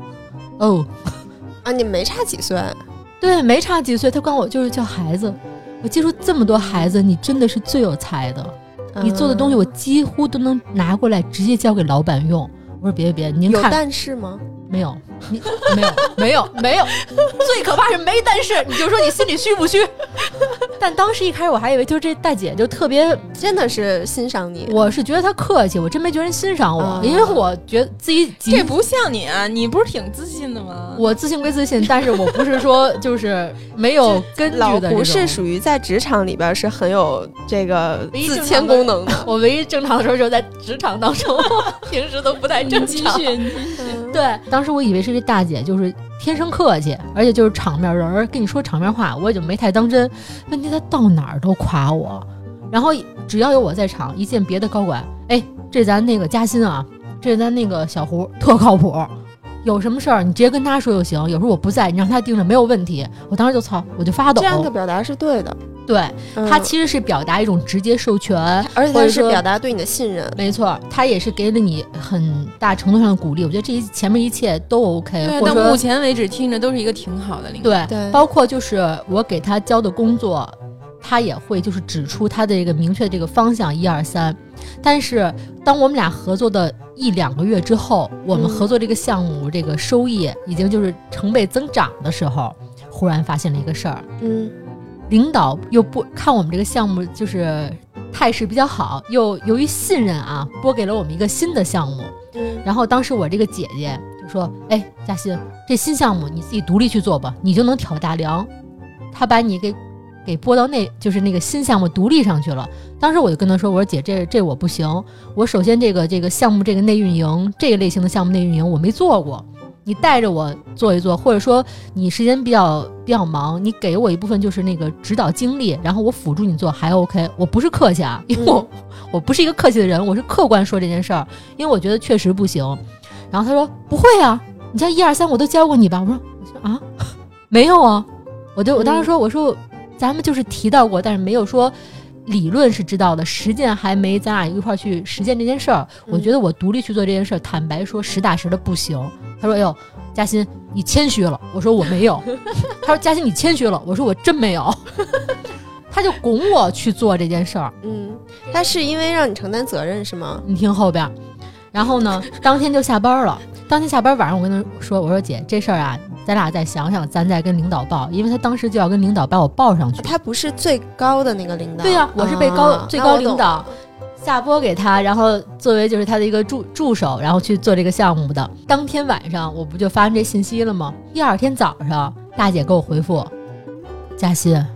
你没差几岁？ 对，没差几岁，他管我就是叫孩子。我接触这么多孩子，你真的是最有才的。你做的东西我几乎都能拿过来直接交给老板用。我说别，您看有但是吗？ 没有，没有，最可怕是没但是，你就说你心里虚不虚？但当时一开始我还以为就是这大姐就特别真的是欣赏你， 我是觉得她客气，我真没觉得人欣赏我，因为我觉得自己这不像你啊，你不是挺自信的吗？ 我自信归自信，但是我不是说就是没有根据的。 老胡是属于在职场里边是很有这个自谦功能的。 我唯一正常的时候就是在职场当中，平时都不太正常。对，当时我以为是这大姐就是天生客气，而且就是场面人，跟你说场面话，我也就没太当真。问题她到哪儿都夸我，然后只要有我在场，一见别的高管，这咱那个嘉欣啊，这咱那个小胡特靠谱，有什么事儿你直接跟他说就行，有时候我不在，你让他盯着没有问题。我当时就我就发抖。 这样的表达是对的。 对，他其实是表达一种直接授权， 而且他是表达对你的信任。 没错，他也是给了你很大程度上的鼓励。我觉得这前面一切都 OK。 对，到目前为止听着都是一个挺好的领导。 对，包括就是我给他交的工作，他也会就是指出他的这个明确的这个方向1、2、3。但是当我们俩合作的1、2个月之后，我们合作这个项目这个收益已经就是成倍增长的时候，忽然发现了一个事儿。领导又不看我们这个项目就是态势比较好，又由于信任啊，拨给了我们一个新的项目。然后当时我这个姐姐就说：“嘉欣，这新项目你自己独立去做吧，你就能挑大梁。”他把你给拨到就是那个新项目独立上去了。当时我就跟他说：“我说姐，这我不行。我首先这个项目这个内运营这个类型的项目内运营我没做过。”你带着我做一做，或者说你时间比较忙，你给我一部分就是那个指导精力，然后我辅助你做还 OK。我不是客气啊，因为我不是一个客气的人，我是客观说这件事儿，因为我觉得确实不行。然后他说不会啊，你像1、2、3我都教过你吧？我说啊，没有啊，我当时说我说咱们就是提到过，但是没有说理论是知道的，实践还没咱俩一块去实践这件事儿。我觉得我独立去做这件事儿，坦白说实打实的不行。他说嘉欣你谦虚了，我说我没有。他说嘉欣你谦虚了，我说我真没有。他就拱我去做这件事儿。 他是因为让你承担责任是吗？ 你听后边。然后呢当天就下班了，当天下班晚上我跟他说，我说姐这事儿啊咱俩再想想，咱再跟领导报，因为他当时就要跟领导把我报上去。 他不是最高的那个领导。 对呀，我是被最高领导下拨给他，然后作为就是他的一个助手，然后去做这个项目的。当天晚上我不就发这信息了吗？第2天早上大姐给我回复：嘉欣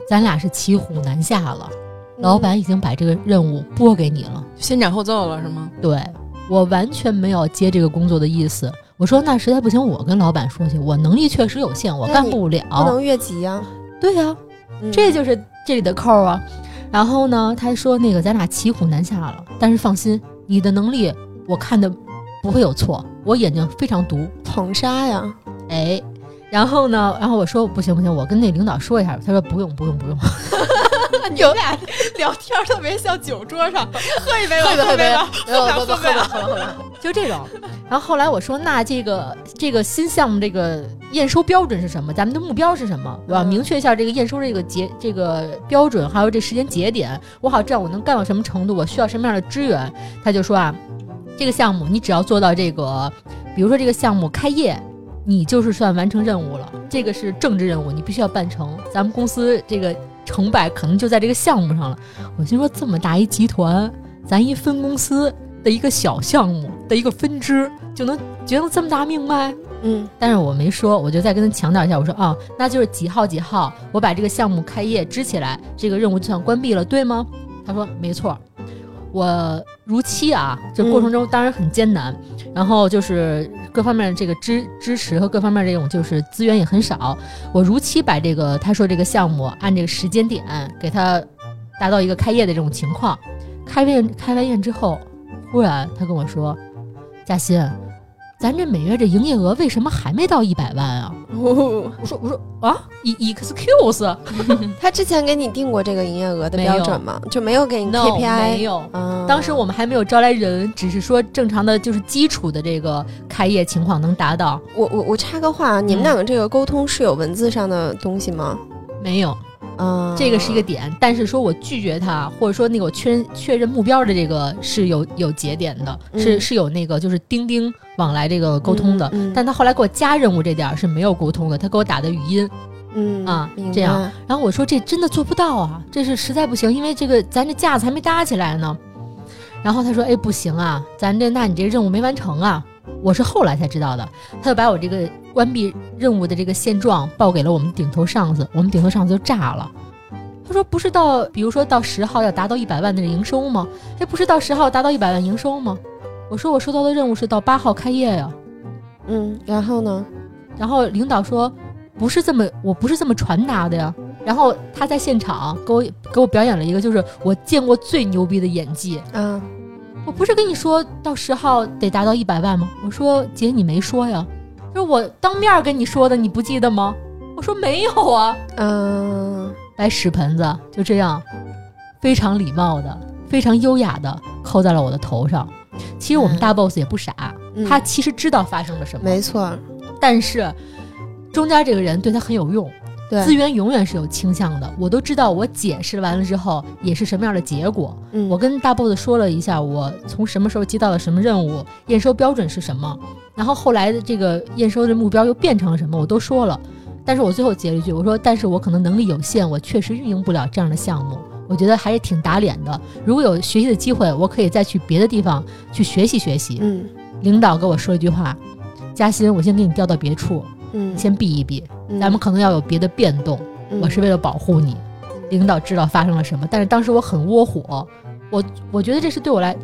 咱俩是骑虎难下了，老板已经把这个任务拨给你了， 先斩后奏了是吗？ 对，我完全没有接这个工作的意思。我说那实在不行我跟老板说去，我能力确实有限，我干不了， 不能越级啊。 对啊，这就是这里的扣啊。然后呢他说那个咱俩骑虎难下了，但是放心，你的能力我看的不会有错，我眼睛非常毒， 捧杀呀。 哎，然后我说不行，我跟那领导说一下。他说不用你们俩聊天特别像酒桌上，喝一杯吧，喝杯吧，就这种。然后后来我说那这个新项目这个验收标准是什么？咱们的目标是什么？我要明确一下这个验收这个标准，还有这时间节点，我好知道我能干到什么程度，我需要什么样的资源。他就说啊，这个项目你只要做到这个，比如说这个项目开业，你就是算完成任务了，这个是政治任务，你必须要办成。咱们公司这个成败可能就在这个项目上了。我心说这么大一集团，咱一分公司的一个小项目的一个分支就能决定这么大命脉？但是我没说，我就再跟他强调一下，我说那就是几号几号，我把这个项目开业支起来，这个任务就算关闭了，对吗？他说没错。我如期啊，这过程中当然很艰难，然后就是各方面这个支持和各方面这种就是资源也很少。我如期把这个他说这个项目按这个时间点给他达到一个开业的这种情况。开完业之后，忽然他跟我说：“嘉欣，咱这每月这营业额为什么还没到100万啊？”我说啊 ，excuse， 他之前给你定过这个营业额的标准吗？就没有给你 KPI？ 没有，当时我们还没有招来人，只是说正常的就是基础的这个开业情况能达到。 我插个话，你们两个这个沟通是有文字上的东西吗？ 没有。这个是一个点，但是说我拒绝他，或者说那个我确认目标的这个是有节点的，是有那个就是钉钉往来这个沟通的，但他后来给我加任务这点是没有沟通的，他给我打的语音，这样，然后我说这真的做不到啊，这是实在不行，因为这个咱这架子还没搭起来呢。然后他说，哎，不行啊，那你这任务没完成啊。我是后来才知道的，他就把我这个关闭任务的这个现状报给了我们顶头上司，我们顶头上司就炸了。他说不是比如说到10号要达到100万的营收吗？这不是到10号达到100万营收吗？我说我收到的任务是到8号开业呀。 然后呢？ 然后领导说我不是这么传达的呀。然后他在现场给我表演了一个就是我见过最牛逼的演技。我不是跟你说到10号得达到100万吗？我说姐你没说呀，就是我当面跟你说的，你不记得吗？我说没有啊。来屎盆子，就这样非常礼貌的非常优雅的扣在了我的头上。其实我们大 boss 也不傻，他其实知道发生了什么， 没错， 但是中间这个人对他很有用，资源永远是有倾向的，我都知道我解释完了之后也是什么样的结果。我跟大 boss 说了一下我从什么时候接到了什么任务，验收标准是什么，然后后来的这个验收的目标又变成了什么，我都说了。但是我最后接了一句，我说但是我可能能力有限，我确实运营不了这样的项目，我觉得还是挺打脸的，如果有学习的机会我可以再去别的地方去学习学习。领导跟我说了一句话，嘉欣我先给你调到别处，你先避一避，咱们可能要有别的变动，我是为了保护你。领导知道发生了什么，但是当时我很窝火，我觉得这是对我来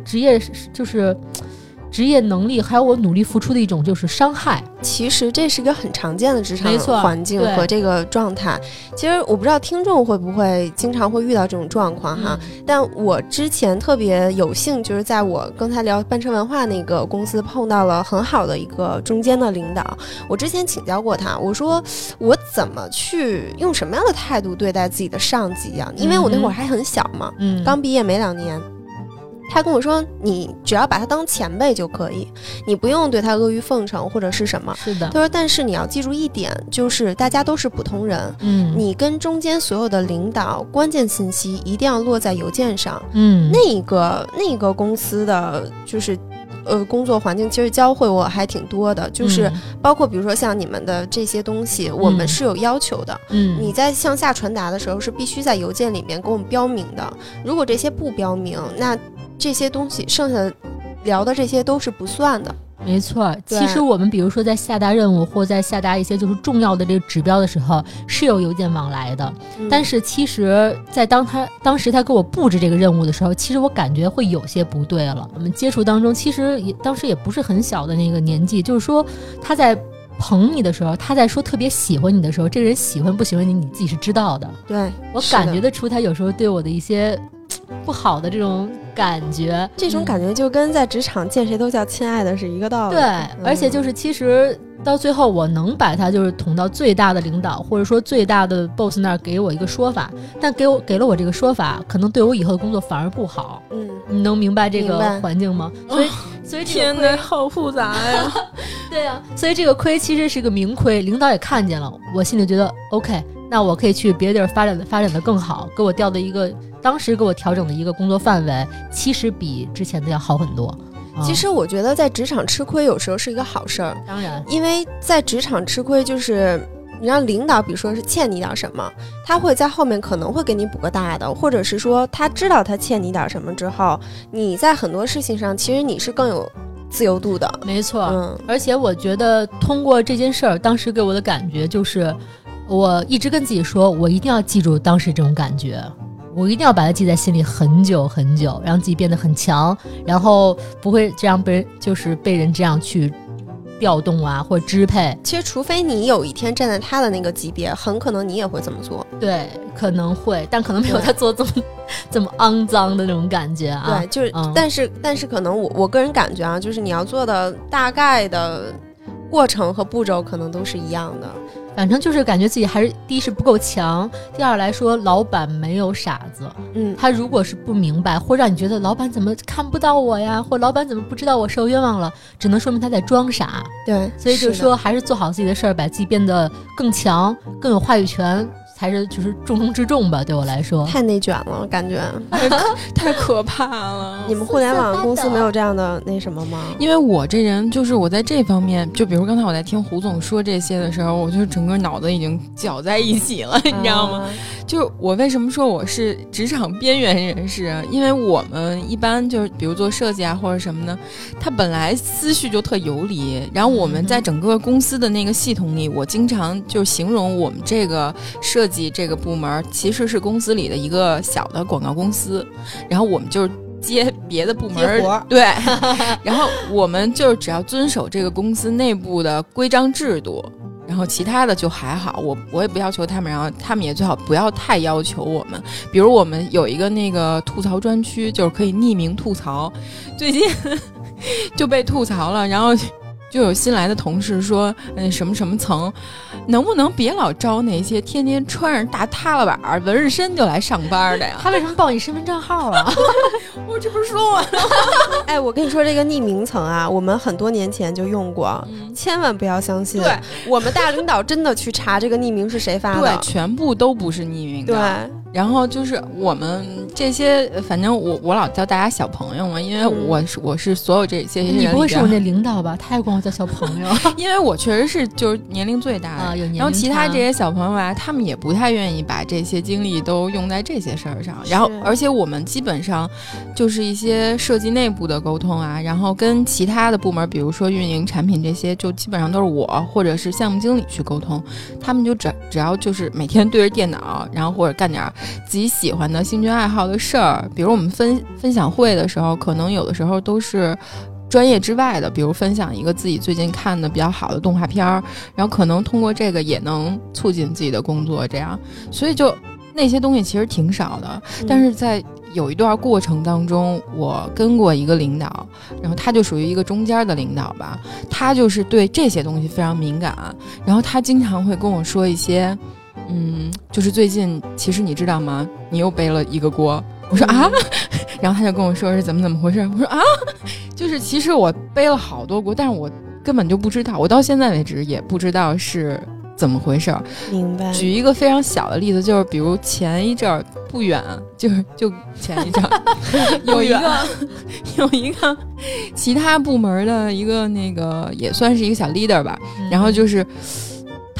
职业能力还有我努力付出的一种就是伤害。 其实这是一个很常见的职场环境和这个状态。其实我不知道听众会不会经常会遇到这种状况哈，但我之前特别有幸就是在我刚才聊半车文化那个公司碰到了很好的一个中间的领导。我之前请教过他，我说我怎么去用什么样的态度对待自己的上级啊，因为我那会儿还很小嘛，刚毕业没2年。他跟我说你只要把他当前辈就可以，你不用对他阿谀奉承或者是什么。 是的。他说但是你要记住一点，就是大家都是普通人，你跟中间所有的领导关键信息一定要落在邮件上。那个公司的就是工作环境其实教会我还挺多的，就是包括比如说像你们的这些东西，我们是有要求的。你在向下传达的时候是必须在邮件里面给我们标明的，如果这些不标明，那这些东西剩下的聊的这些都是不算的。 没错，其实我们比如说在下达任务或在下达一些就是重要的这个指标的时候是有邮件往来的，但是其实在当时他给我布置这个任务的时候，其实我感觉会有些不对了。我们接触当中其实当时也不是很小的那个年纪，就是说他在捧你的时候，他在说特别喜欢你的时候，这个人喜欢不喜欢你你自己是知道的。 对， 我感觉得出他有时候对我的一些不好的这种感觉， 这种感觉就跟在职场见谁都叫亲爱的是一个道理。 对，而且就是其实到最后我能把他就是捅到最大的领导或者说最大的 boss 那儿给我一个说法，但给了我这个说法可能对我以后的工作反而不好。你能明白这个环境吗？所以这个天哪，好复杂呀。 对呀，所以这个亏其实是个明亏，领导也看见了，我心里觉得 OK， 那我可以去别的地儿发展的更好，给我调的一个当时给我调整的一个工作范围其实比之前的要好很多。 其实我觉得在职场吃亏有时候是一个好事儿， 当然， 因为在职场吃亏就是你让领导比如说是欠你点什么，他会在后面可能会给你补个大的，或者是说他知道他欠你点什么之后，你在很多事情上其实你是更有自由度的。 没错，而且我觉得通过这件事儿，当时给我的感觉就是我一直跟自己说，我一定要记住当时这种感觉，我一定要把它记在心里很久很久，让自己变得很强，然后不会这样被人这样去调动啊或支配。 其实除非你有一天站在他的那个级别，很可能你也会这么做。 对，可能会，但可能没有他做这么肮脏的那种感觉啊。 对，就是但是可能我个人感觉啊，就是你要做的大概的过程和步骤可能都是一样的。 反正就是感觉自己还是第一是不够强，第二来说老板没有傻子，他如果是不明白或让你觉得老板怎么看不到我呀，或老板怎么不知道我受冤枉了，只能说明他在装傻。 对， 所以就说还是做好自己的事儿，把自己变得更强更有话语权才是就是重中之重吧。对我来说太内卷了感觉太可怕了。 你们互联网公司没有这样的那什么吗？ 因为我这人就是我在这方面，就比如刚才我在听胡总说这些的时候，我就整个脑子已经搅在一起了，你知道吗？就我为什么说我是职场边缘人士，因为我们一般就是比如做设计啊或者什么呢，他本来思绪就特游离，然后我们在整个公司的那个系统里，我经常就形容我们这个设计这个部门其实是公司里的一个小的广告公司，然后我们就是接别的部门对，然后我们就是只要遵守这个公司内部的规章制度，然后其他的就还好，我也不要求他们，然后他们也最好不要太要求我们。比如我们有一个那个吐槽专区，就是可以匿名吐槽，最近就被吐槽了，然后就有新来的同事说，什么什么层，能不能别老招那些天天穿着大踏了板纹着身就来上班的呀？ 他为什么报你身份证号啊？ 我这不是说完了哎，我跟你说这个匿名层啊，我们很多年前就用过，千万不要相信。 对， 我们大领导真的去查这个匿名是谁发的， 对，全部都不是匿名的。 对。 然后就是我们这些，反正我老叫大家小朋友嘛，因为我是所有这些人里边， 你不会是我那领导吧？他也管我叫小朋友， 因为我确实是就是年龄最大的啊，有年龄差。 然后其他这些小朋友吧，他们也不太愿意把这些精力都用在这些事儿上。然后而且我们基本上就是一些设计内部的沟通啊，然后跟其他的部门，比如说运营、产品这些，就基本上都是我或者是项目经理去沟通。他们就只要就是每天对着电脑，然后或者干点自己喜欢的兴趣爱好的事儿，比如我们分享会的时候，可能有的时候都是专业之外的，比如分享一个自己最近看的比较好的动画片儿，然后可能通过这个也能促进自己的工作，这样，所以就那些东西其实挺少的。但是在有一段过程当中，我跟过一个领导，然后他就属于一个中间的领导吧，他就是对这些东西非常敏感，然后他经常会跟我说一些就是最近其实你知道吗，你又背了一个锅。我说啊，然后他就跟我说是怎么回事。我说啊，就是其实我背了好多锅，但是我根本就不知道，我到现在为止也不知道是怎么回事。 明白。 举一个非常小的例子，就是比如前一阵儿不远，就前一阵儿有一个其他部门的一个那个也算是一个小 leader 吧，然后就是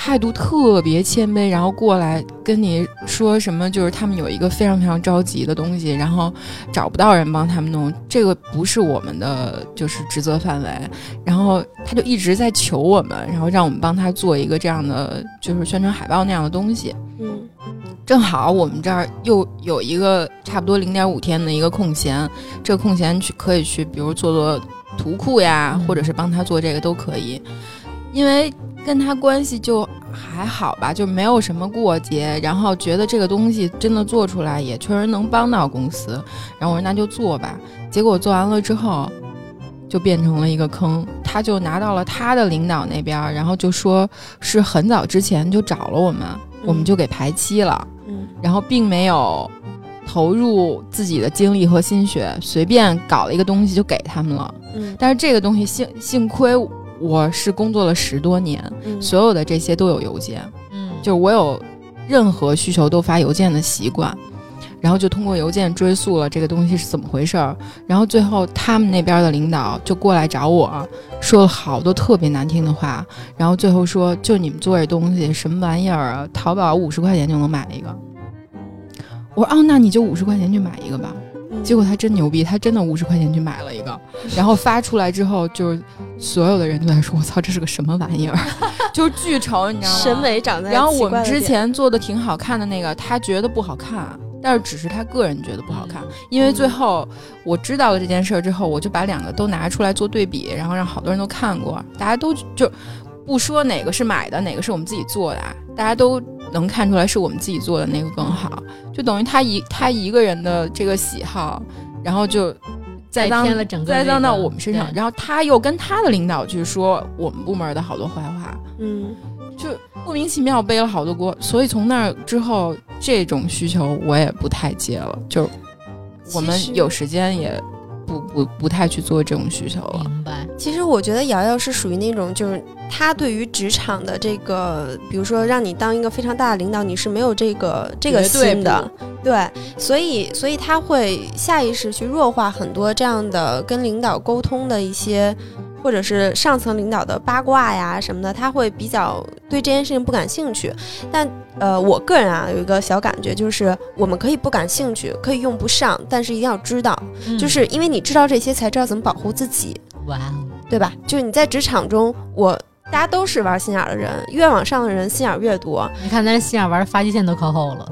态度特别谦卑，然后过来跟你说什么，就是他们有一个非常非常着急的东西，然后找不到人帮他们弄，这个不是我们的就是职责范围，然后他就一直在求我们，然后让我们帮他做一个这样的就是宣传海报那样的东西。正好我们这儿又有一个差不多0.5天的一个空闲，这个空闲可以去比如做图库呀，或者是帮他做这个都可以，因为跟他关系就还好吧，就没有什么过节，然后觉得这个东西真的做出来也确实能帮到公司，然后我说那就做吧。结果做完了之后就变成了一个坑，他就拿到了他的领导那边，然后就说是很早之前就找了我们，我们就给排期了，然后并没有投入自己的精力和心血，随便搞了一个东西就给他们了。但是这个东西幸亏我是工作了10多年，所有的这些都有邮件，就是我有任何需求都发邮件的习惯，然后就通过邮件追溯了这个东西是怎么回事儿，然后最后他们那边的领导就过来找我说了好多特别难听的话，然后最后说就你们做这东西什么玩意儿啊，淘宝50块钱就能买一个。我说那你就50块钱去买一个吧。结果他真牛逼，他真的50块钱去买了一个，然后发出来之后，就是所有的人都在说：“我操，这是个什么玩意儿？”就是巨丑，你知道吗？ 审美长在。 然后我们之前做的挺好看的那个，他觉得不好看，但是只是他个人觉得不好看。因为最后我知道了这件事之后，我就把2个都拿出来做对比，然后让好多人都看过，大家都就不说哪个是买的，哪个是我们自己做的，大家都能看出来是我们自己做的那个更好，就等于他一个人的这个喜好，然后就再偏了整个再当到我们身上，然后他又跟他的领导去说我们部门的好多坏话，就莫名其妙背了好多锅，所以从那之后这种需求我也不太接了，就我们有时间也不太去做这种需求了。 明白。 其实我觉得瑶瑶是属于那种，就是他对于职场的这个，比如说让你当一个非常大的领导，你是没有这个心的，对，所以他会下意识去弱化很多这样的跟领导沟通的一些，或者是上层领导的八卦呀什么的，他会比较对这件事情不感兴趣。但我个人有一个小感觉，就是我们可以不感兴趣，可以用不上，但是一定要知道，就是因为你知道这些，才知道怎么保护自己。 哇哦， 对吧？就是你在职场中，大家都是玩心眼的人，越往上的人心眼越多。 你看咱心眼玩的发际线都靠后了。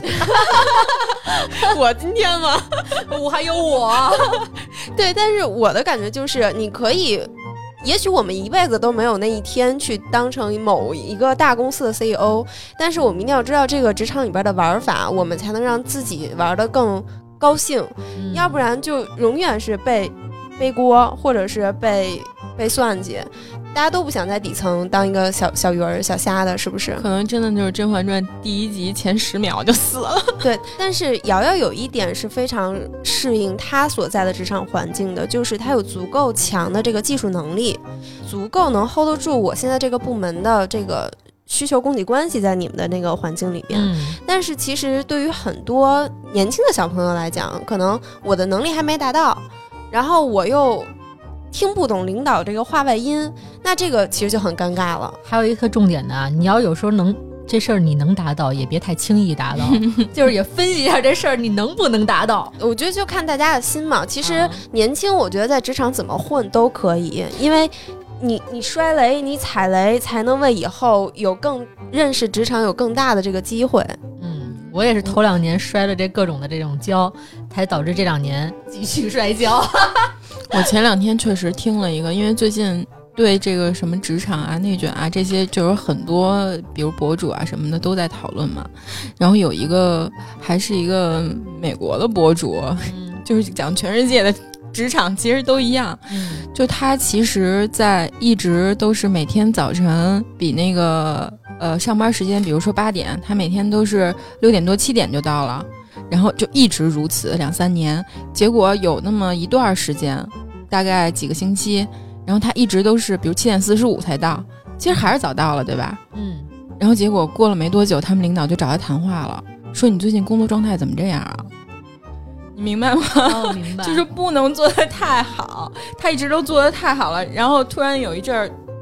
我今天吗？ 我还有我。 对，但是我的感觉就是，你可以，也许我们一辈子都没有那一天去当成某一个大公司的 CEO， 但是我们一定要知道这个职场里边的玩法，我们才能让自己玩得更高兴，要不然就永远是被背锅，或者是被算计。大家都不想在底层当一个小鱼儿小虾的，是不是？ 可能真的就是《甄嬛传》第1集前10秒就死了。 对，但是瑶瑶有一点是非常适应她所在的职场环境的，就是她有足够强的这个技术能力，足够能 hold 得住我现在这个部门的这个需求供给关系在你们的那个环境里边。但是其实对于很多年轻的小朋友来讲，可能我的能力还没达到，然后我又听不懂领导这个话外音，那这个其实就很尴尬了。 还有一个特重点的，你要有时候这事儿你能达到，也别太轻易达到，就是也分析一下这事儿你能不能达到。 我觉得就看大家的心嘛。其实年轻，我觉得在职场怎么混都可以，因为你摔雷，你踩雷，才能为以后有更认识职场有更大的这个机会。 我也是头2年摔了这各种的这种跤，才导致这2年继续摔跤。 我前2天确实听了一个，因为最近对这个什么职场啊、内卷啊这些，就有很多比如博主啊什么的都在讨论嘛。然后有一个还是一个美国的博主，就是讲全世界的职场其实都一样。就他其实一直都是每天早晨比那个上班时间，比如说8点，他每天都是6点多7点就到了，然后就一直如此2-3年。结果有那么一段时间，大概几个星期，然后他一直都是比如7点45才到，其实还是早到了，对吧？然后结果过了没多久，他们领导就找他谈话了，说你最近工作状态怎么这样啊？你明白吗？ 明白。 就是不能做得太好，他一直都做得太好了，然后突然有一阵儿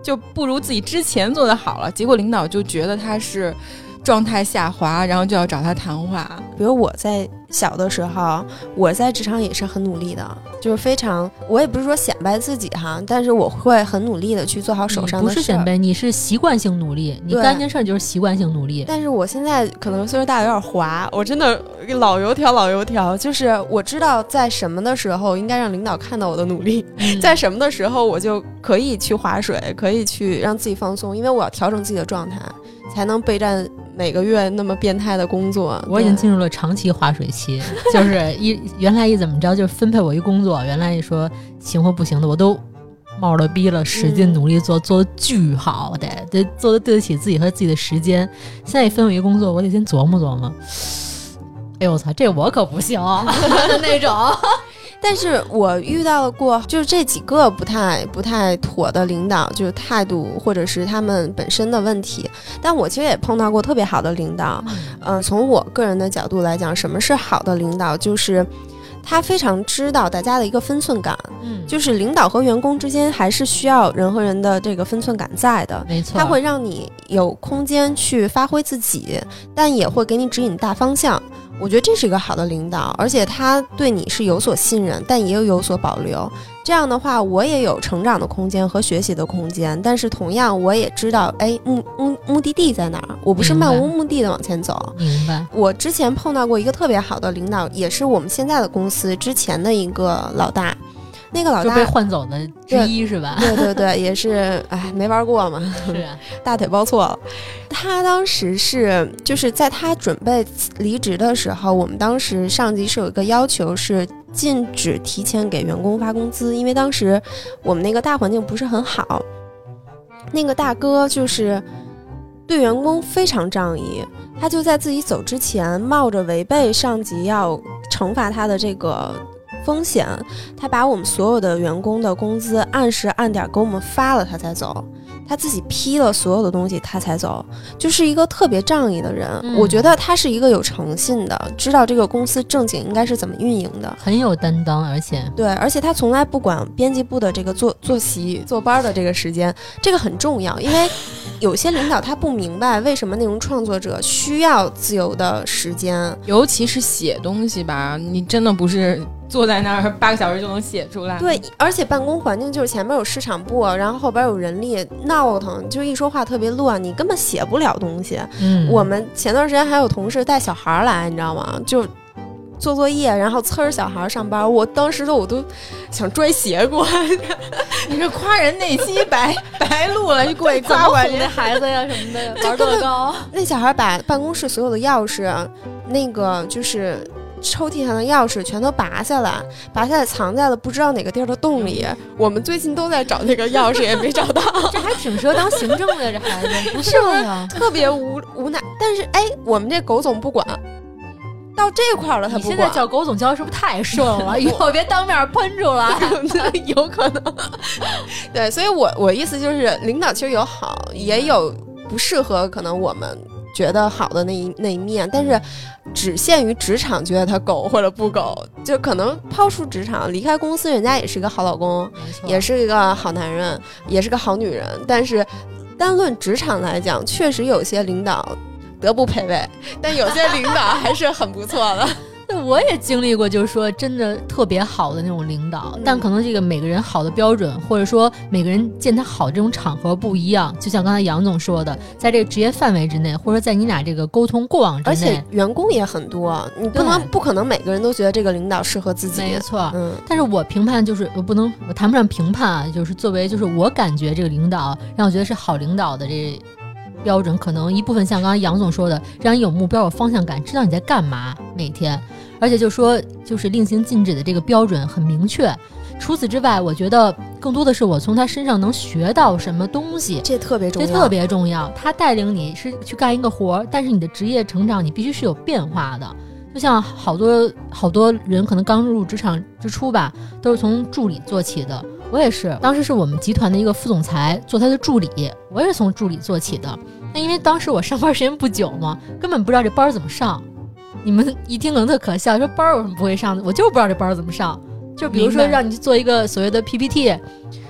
就不如自己之前做的好了，结果领导就觉得他是状态下滑，然后就要找他谈话。 比如我在小的时候，我在职场也是很努力的，就是非常，我也不是说显摆自己哈，但是我会很努力的去做好手上的事。 不是显摆，你是习惯性努力，你干件事就是习惯性努力。 但是我现在可能岁数大有点滑，我真的老油条，就是我知道在什么的时候应该让领导看到我的努力，在什么的时候我就可以去划水，可以去让自己放松，因为我要调整自己的状态，才能备战每个月那么变态的工作。 我已经进入了长期划水期，就是原来怎么着就分配我一工作，原来说行或不行的我都冒了逼了，使劲努力做，做的巨好，得做的对得起自己和自己的时间。现在一分我一工作，我得先琢磨。哎呦我操，这我可不行那种。 但是我遇到过就是这几个不太妥的领导，就是态度或者是他们本身的问题。但我其实也碰到过特别好的领导。从我个人的角度来讲，什么是好的领导，就是他非常知道大家的一个分寸感。就是领导和员工之间还是需要人和人的这个分寸感在的。 没错， 他会让你有空间去发挥自己，但也会给你指引大方向。我觉得这是一个好的领导，而且他对你是有所信任，但也有所保留。这样的话，我也有成长的空间和学习的空间，但是同样我也知道，目的地在哪儿，我不是漫无目的的往前走。 明白。 我之前碰到过一个特别好的领导，也是我们现在的公司之前的一个老大。那个老大就被换走的之一是吧？ 对，也是，没玩过嘛， 是啊， 大腿抱错了。他当时就是在他准备离职的时候，我们当时上级是有一个要求，是禁止提前给员工发工资，因为当时我们那个大环境不是很好。那个大哥就是对员工非常仗义，他就在自己走之前，冒着违背上级要惩罚他的这个风险，他把我们所有的员工的工资按时按点给我们发了，他才走。他自己批了所有的东西，他才走，就是一个特别仗义的人。我觉得他是一个有诚信的，知道这个公司正经应该是怎么运营的， 很有担当，而且他从来不管编辑部的这个作息坐班的这个时间，这个很重要，因为有些领导他不明白为什么内容创作者需要自由的时间， 尤其是写东西吧，你真的不是坐在那儿8个小时就能写出来。 对，而且办公环境就是前面有市场部，然后后边有人力，闹腾，就一说话特别乱，你根本写不了东西。我们前段时间还有同事带小孩来，你知道吗？就做作业，然后呲小孩上班，我当时我都想拽鞋过来。 你这夸人内心白录了，就过去夸我那孩子呀什么的，玩乐高。 那小孩把办公室所有的钥匙，那个就是抽屉上的钥匙全都拔下来藏在了不知道哪个地儿的洞里。我们最近都在找那个钥匙，也没找到。 这还挺适合当行政的，这孩子是不是特别无奈？但是我们这狗总不管。到这块了，他不管。 你现在叫狗总教是不是太顺了？以后别当面喷出来， 有可能。对，所以我意思就是，领导其实有好，也有不适合，可能我们觉得好的那一面，但是只限于职场觉得他狗或者不狗，就可能抛出职场，离开公司，人家也是一个好老公，也是一个好男人，也是个好女人。但是单论职场来讲，确实有些领导德不配位，但有些领导还是很不错的。 我也经历过，就是说真的特别好的那种领导，但可能这个每个人好的标准，或者说每个人见他好这种场合不一样。就像刚才杨总说的，在这个职业范围之内，或者在你俩这个沟通过往之内， 而且员工也很多，你不可能每个人都觉得这个领导适合自己。 没错，但是我评判就是我谈不上评判啊，就是作为就是我感觉这个领导让我觉得是好领导的这标准，可能一部分像刚刚杨总说的，让你有目标有方向感，知道你在干嘛每天，而且就说就是令行禁止的这个标准很明确。除此之外，我觉得更多的是我从他身上能学到什么东西， 这特别重要。他带领你是去干一个活，但是你的职业成长你必须是有变化的。就像好多人可能刚入职场之初吧，都是从助理做起的。我也是，当时是我们集团的一个副总裁做他的助理，我也是从助理做起的。那因为当时我上班时间不久嘛，根本不知道这班怎么上。你们一听可能特可笑，说班有什么不会上的？我就不知道这班怎么上。就比如说让你去做一个所谓的 PPT，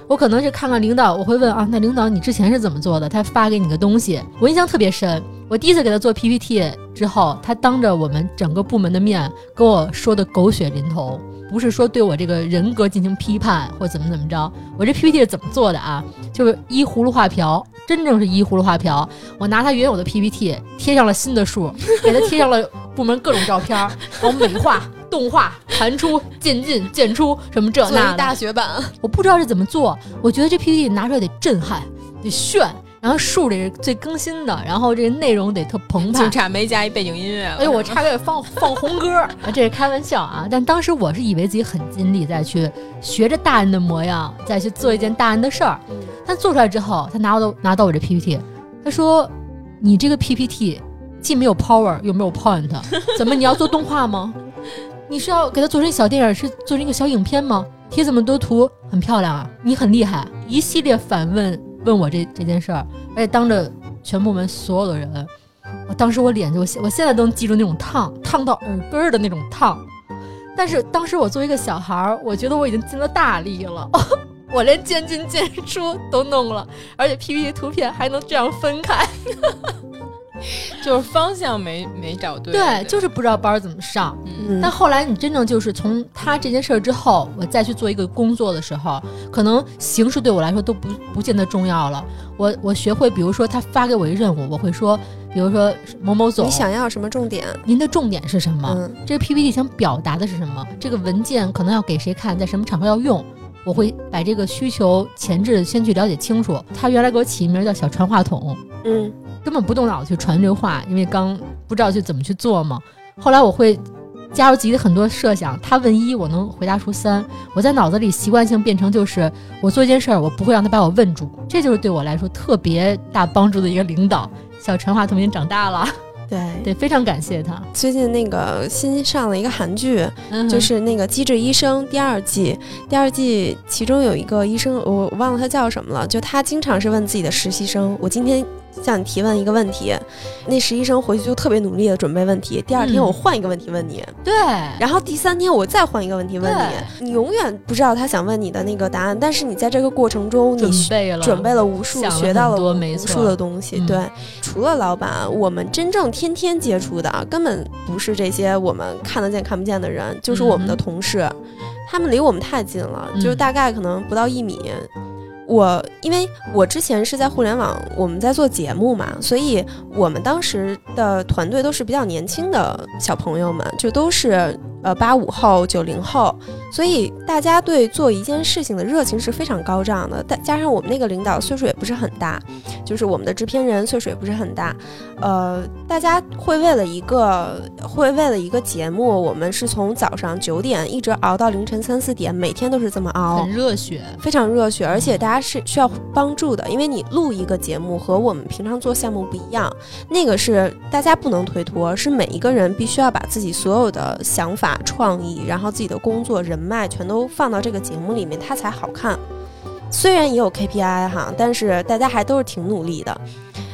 我可能是看看领导，我会问啊，那领导你之前是怎么做的？他发给你个东西，我印象特别深。我第一次给他做 PPT 之后，他当着我们整个部门的面跟我说的狗血淋头，不是说对我这个人格进行批判或怎么着。我这 PPT 是怎么做的啊？就是依葫芦画瓢，真正是依葫芦画瓢。我拿他原有的 PPT 贴上了新的数，给他贴上了部门各种照片，然后美化、动画、弹出、渐进、渐出什么这那的， 做一大学版。 我不知道是怎么做，我觉得这 PPT 拿出来得震撼，得炫。然后数得是最更新的，然后这个内容得特澎湃， 就差没加一背景音乐了。 哎呦，我差点放红歌，这是开玩笑啊！但当时我是以为自己很尽力，再去学着大人的模样，再去做一件大人的事儿。但做出来之后，他拿到我这 PPT， 他说：“你这个 PPT 既没有 power 又没有 point， 怎么你要做动画吗？你是要给它做成小电影，是做成一个小影片吗？贴这么多图很漂亮啊，你很厉害。”一系列反问我这件事儿，而且当着全部门所有的人，当时我脸我现在都能记住那种烫到耳根的那种烫。但是当时我作为一个小孩，我觉得我已经尽了大力了，我连渐进渐出都弄了，而且 PPT 图片还能这样分开。 就是方向没找对， 对，就是不知道班怎么上。但后来你真正就是从他这件事之后，我再去做一个工作的时候，可能形式对我来说都不见得重要了。我学会，比如说他发给我一任务，我会说，比如说某某总， 你想要什么重点？ 您的重点是什么？这个 PPT 想表达的是什么？这个文件可能要给谁看，在什么场合要用？我会把这个需求前置先去了解清楚。他原来给我起名叫小传话筒，根本不动脑去传这话，因为刚不知道去怎么去做嘛。后来我会加入自己的很多设想，他问1我能回答出3，我在脑子里习惯性变成就是我做一件事儿，我不会让他把我问住，这就是对我来说特别大帮助的一个领导。小传话筒已经长大了，对，非常感谢他。 最近那个新上了一个韩剧，就是那个《机智医生》第二季，其中有一个医生，我忘了他叫什么了，就他经常是问自己的实习生，我今天向你提问一个问题，那实习生回去就特别努力的准备问题，第二天我换一个问题问你， 对， 然后第3天我再换一个问题问你，你永远不知道他想问你的那个答案，但是你在这个过程中你准备了无数，学到了无数的东西。对，除了老板，我们真正天天接触的根本不是这些我们看得见看不见的人，就是我们的同事，他们离我们太近了，就是大概可能不到1米。因为我之前是在互联网，我们在做节目嘛，所以我们当时的团队都是比较年轻的小朋友们，就都是85后、90后，所以大家对做一件事情的热情是非常高涨的。加上我们那个领导岁数也不是很大，就是我们的制片人岁数也不是很大，大家会为了一个节目，我们是从早上9点一直熬到凌晨3、4点，每天都是这么熬， 很热血， 非常热血，而且大家是需要帮助的，因为你录一个节目和我们平常做项目不一样，那个是大家不能推脱，是每一个人必须要把自己所有的想法、创意，然后自己的工作、人脉全都放到这个节目里面，它才好看。虽然也有 KPI 哈，但是大家还都是挺努力的。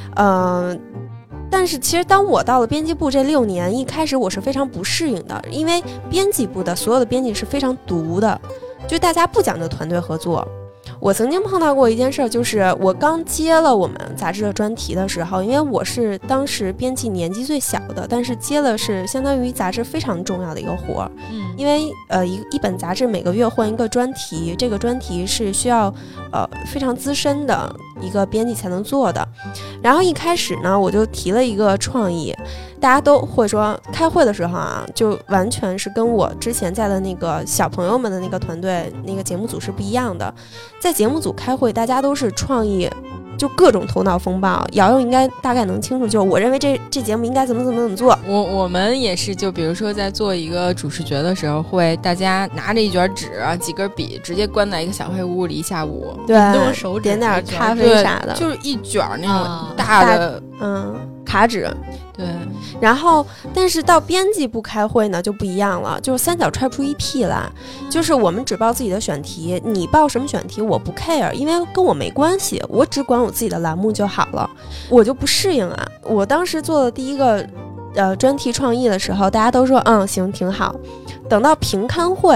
但是其实当我到了编辑部这6年，一开始我是非常不适应的，因为编辑部的所有的编辑是非常独的，就大家不讲究团队合作。我曾经碰到过一件事，就是我刚接了我们杂志的专题的时候，因为我是当时编辑年纪最小的，但是接了是相当于杂志非常重要的一个活儿。因为一本杂志每个月换一个专题，这个专题是需要非常资深的一个编辑才能做的。然后一开始呢，我就提了一个创意，大家都会说开会的时候啊，就完全是跟我之前在的那个小朋友们的那个团队那个节目组是不一样的。在节目组开会，大家都是创意，就各种头脑风暴。瑶瑶应该大概能清楚，就我认为这节目应该怎么做。 我们也是，就比如说在做一个主视觉的时候，会大家拿着一卷纸啊、几根笔，直接关在一个小黑屋里一下午， 对， 用手指点点咖啡啥的， 就是一卷那种大的卡纸。 对， 然后但是到编辑部开会呢就不一样了，就是三脚踹不出一屁来，就是我们只报自己的选题，你报什么选题我不 care， 因为跟我没关系，我只管我自己的栏目就好了。我就不适应啊，我当时做的第一个专题创意的时候，大家都说行挺好，等到评刊会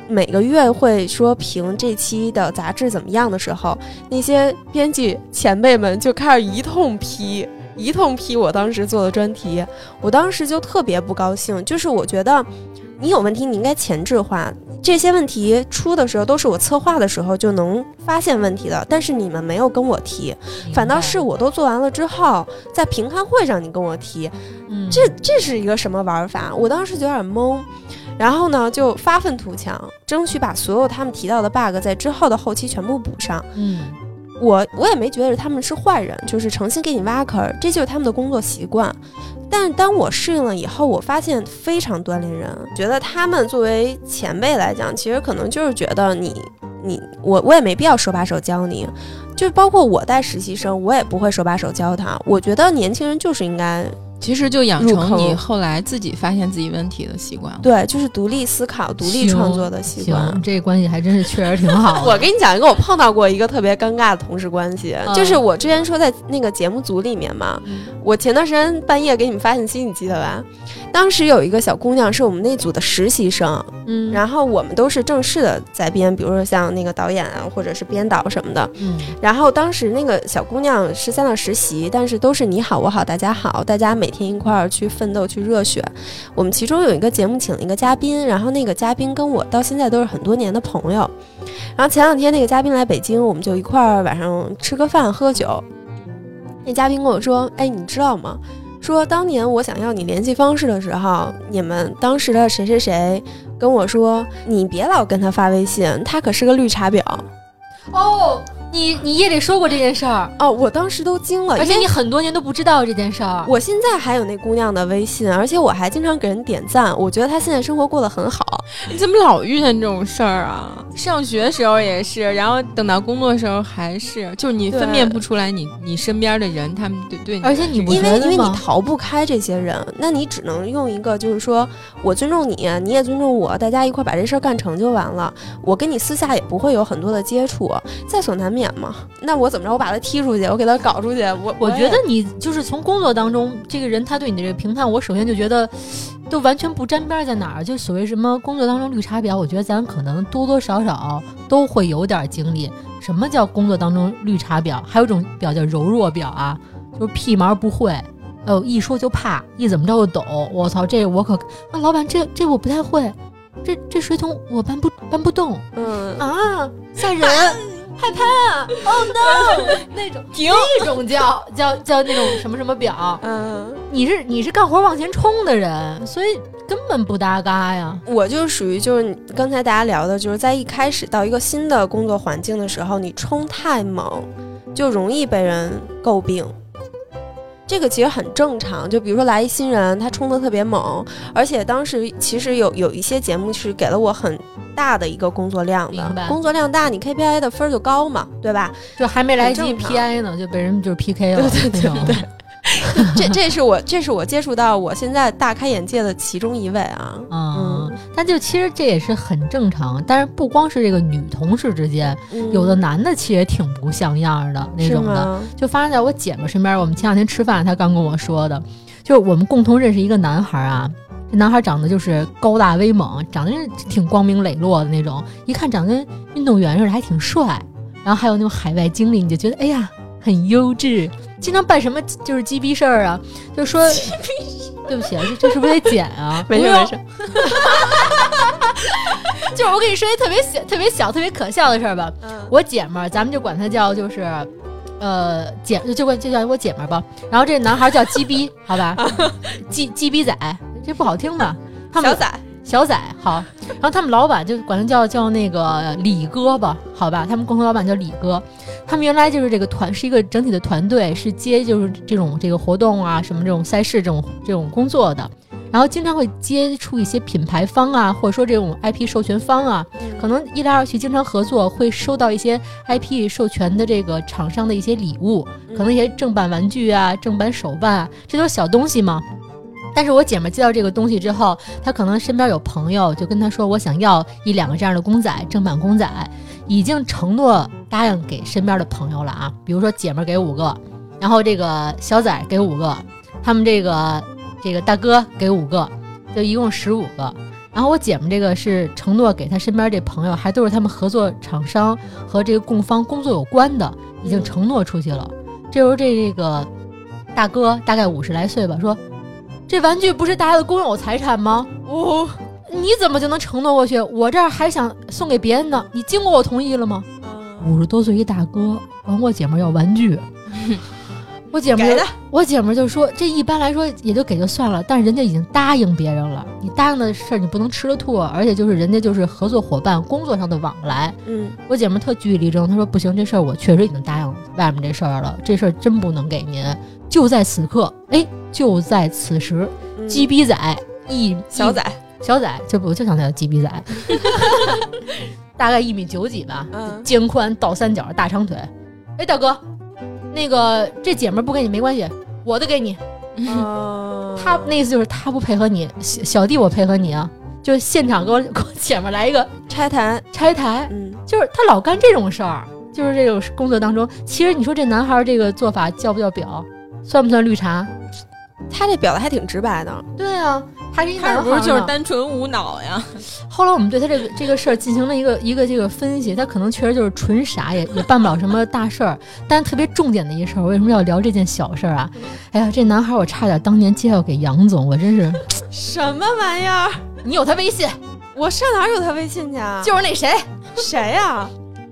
每个月会说评这期的杂志怎么样的时候，那些编辑前辈们就开始一通批我当时做的专题。我当时就特别不高兴，就是我觉得你有问题你应该前置化，这些问题出的时候都是我策划的时候就能发现问题的，但是你们没有跟我提，反倒是我都做完了之后在评刊会上你跟我提，这是一个什么玩法？我当时就有点懵，然后呢就发愤图强，争取把所有他们提到的 bug 在之后的后期全部补上。我也没觉得他们是坏人，就是诚心给你挖坑，这就是他们的工作习惯。但当我适应了以后，我发现非常锻炼人，觉得他们作为前辈来讲，其实可能就是觉得我也没必要手把手教你，就包括我带实习生，我也不会手把手教他。我觉得年轻人就是应该。 其实就养成你后来自己发现自己问题的习惯了。 对，就是独立思考、独立创作的习惯。 这关系还真是确实挺好的。 我跟你讲一个我碰到过一个特别尴尬的同事关系，就是我之前说在那个节目组里面嘛，我前段时间半夜给你们发信息，你记得吧？当时有一个小姑娘是我们那组的实习生，然后我们都是正式的在编，比如说像那个导演啊，或者是编导什么的，然后当时那个小姑娘是在那实习，但是都是你好我好大家好，大家每天一块儿去奋斗去热血。我们其中有一个节目请了一个嘉宾，然后那个嘉宾跟我到现在都是很多年的朋友，然后前两天那个嘉宾来北京，我们就一块儿晚上吃个饭喝酒。那嘉宾跟我说，哎，你知道吗，说当年我想要你联系方式的时候，你们当时的谁谁谁跟我说，你别老跟他发微信，他可是个绿茶婊。 哦，你夜里说过这件事儿哦，我当时都惊了， 而且你很多年都不知道这件事儿。 我现在还有那姑娘的微信，而且我还经常给人点赞，我觉得她现在生活过得很好。 你怎么老遇见这种事儿啊？上学的时候也是，然后等到工作的时候还是，就是你分辨不出来你身边的人，他们对你， 而且你不觉得因为你逃不开这些人，那你只能用一个就是说我尊重你，你也尊重我，大家一块把这事儿干成就完了。我跟你私下也不会有很多的接触，在所难免嘛。那我怎么着？我把他踢出去，我给他搞出去。我觉得你就是从工作当中，这个人他对你的这个评判，我首先就觉得都完全不沾边在哪儿。就所谓什么工作当中绿茶婊，我觉得咱可能多多少少都会有点经历。什么叫工作当中绿茶婊？还有一种婊叫柔弱婊啊，就是屁毛不会，一说就怕，一怎么着就抖。我操，这我可啊，老板这我不太会，这水桶我搬不动，吓人。害怕，Oh no， 那种叫那种什么什么表，你是干活往前冲的人，所以根本不搭嘎呀。 我就属于就是刚才大家聊的，就是在一开始到一个新的工作环境的时候，你冲太猛，就容易被人诟病。这个其实很正常，就比如说来一新人，他冲得特别猛，而且当时其实有一些节目是给了我很大的一个工作量的，工作量大，你 KPI 的分就高嘛，对吧？ 就还没来及 PI 呢，就被人就是 PK 了。 对。这是我接触到我现在大开眼界的其中一位啊。 但就其实这也是很正常，但是不光是这个女同事之间，有的男的其实也挺不像样的那种的，就发生在我姐妹身边。我们前两天吃饭，她刚跟我说的，就是我们共同认识一个男孩啊，这男孩长得就是高大威猛，长得挺光明磊落的那种，一看长得跟运动员似的，还挺帅。然后还有那种海外经历，你就觉得哎呀很优质，经常办什么就是鸡逼事儿啊，就说对不起啊，这是不是得剪啊？ 没事就是我跟你说一特别小特别可笑的事儿吧。我姐们儿，咱们就管她叫就是就叫我姐们儿吧。然后这男孩叫鸡逼，好吧，鸡逼仔，这不好听吧？小仔好，然后他们老板就管他叫那个李哥吧，好吧，他们共同老板叫李哥。他们原来就是这个团是一个整体的团队，是接就是这个活动啊什么这种赛事这种工作的，然后经常会接触一些品牌方啊，或者说这种 IP 授权方啊，可能一来二去经常合作，会收到一些 IP 授权的这个厂商的一些礼物，可能一些正版玩具啊、正版手办啊，这都是小东西嘛。但是我姐妹接到这个东西之后，她可能身边有朋友就跟她说，我想要1-2个这样的公仔，正版公仔，已经承诺答应给身边的朋友了啊。比如说姐妹给5个，然后这个小仔给5个，他们这个大哥给5个，就一共15个。 然后我姐们这个是承诺给她身边这朋友，还都是他们合作厂商和这个供方工作有关的，已经承诺出去了。这时候这个大哥大概50来岁吧，说这玩具不是大家的公有财产吗？你怎么就能承诺过去？我这儿还想送给别人呢，你经过我同意了吗？50多岁一大哥管我姐们要玩具，我姐们就说这一般来说也就给就算了，但是人家已经答应别人了，你答应的事儿你不能吃了吐，而且就是人家就是合作伙伴工作上的往来。我姐们特据理力争，她说不行，这事儿我确实已经答应外面这事儿了，这事儿真不能给您。就在此刻，就在此时，鸡逼仔小仔就我就想叫鸡逼仔大概1.9米几吧，肩宽倒三角大长腿。大哥，那个这姐们不给你没关系，我的给你。他那意思就是他不配合你，小弟我配合你啊，就是现场给我姐们来一个拆台， 就是他老干这种事儿，就是这种工作当中。其实你说这男孩这个做法叫不叫表，算不算绿茶？ 他这表达还挺直白的。 对啊，他是不是就是单纯无脑呀？ 后来我们对他这个事儿进行了一个这个分析，他可能确实就是纯傻，也办不了什么大事儿。但特别重点的一事儿，为什么要聊这件小事儿啊？哎呀，这男孩我差点当年介绍给杨总，我真是什么玩意儿？ 你有他微信？ 我上哪有他微信去啊？ 就是那谁呀？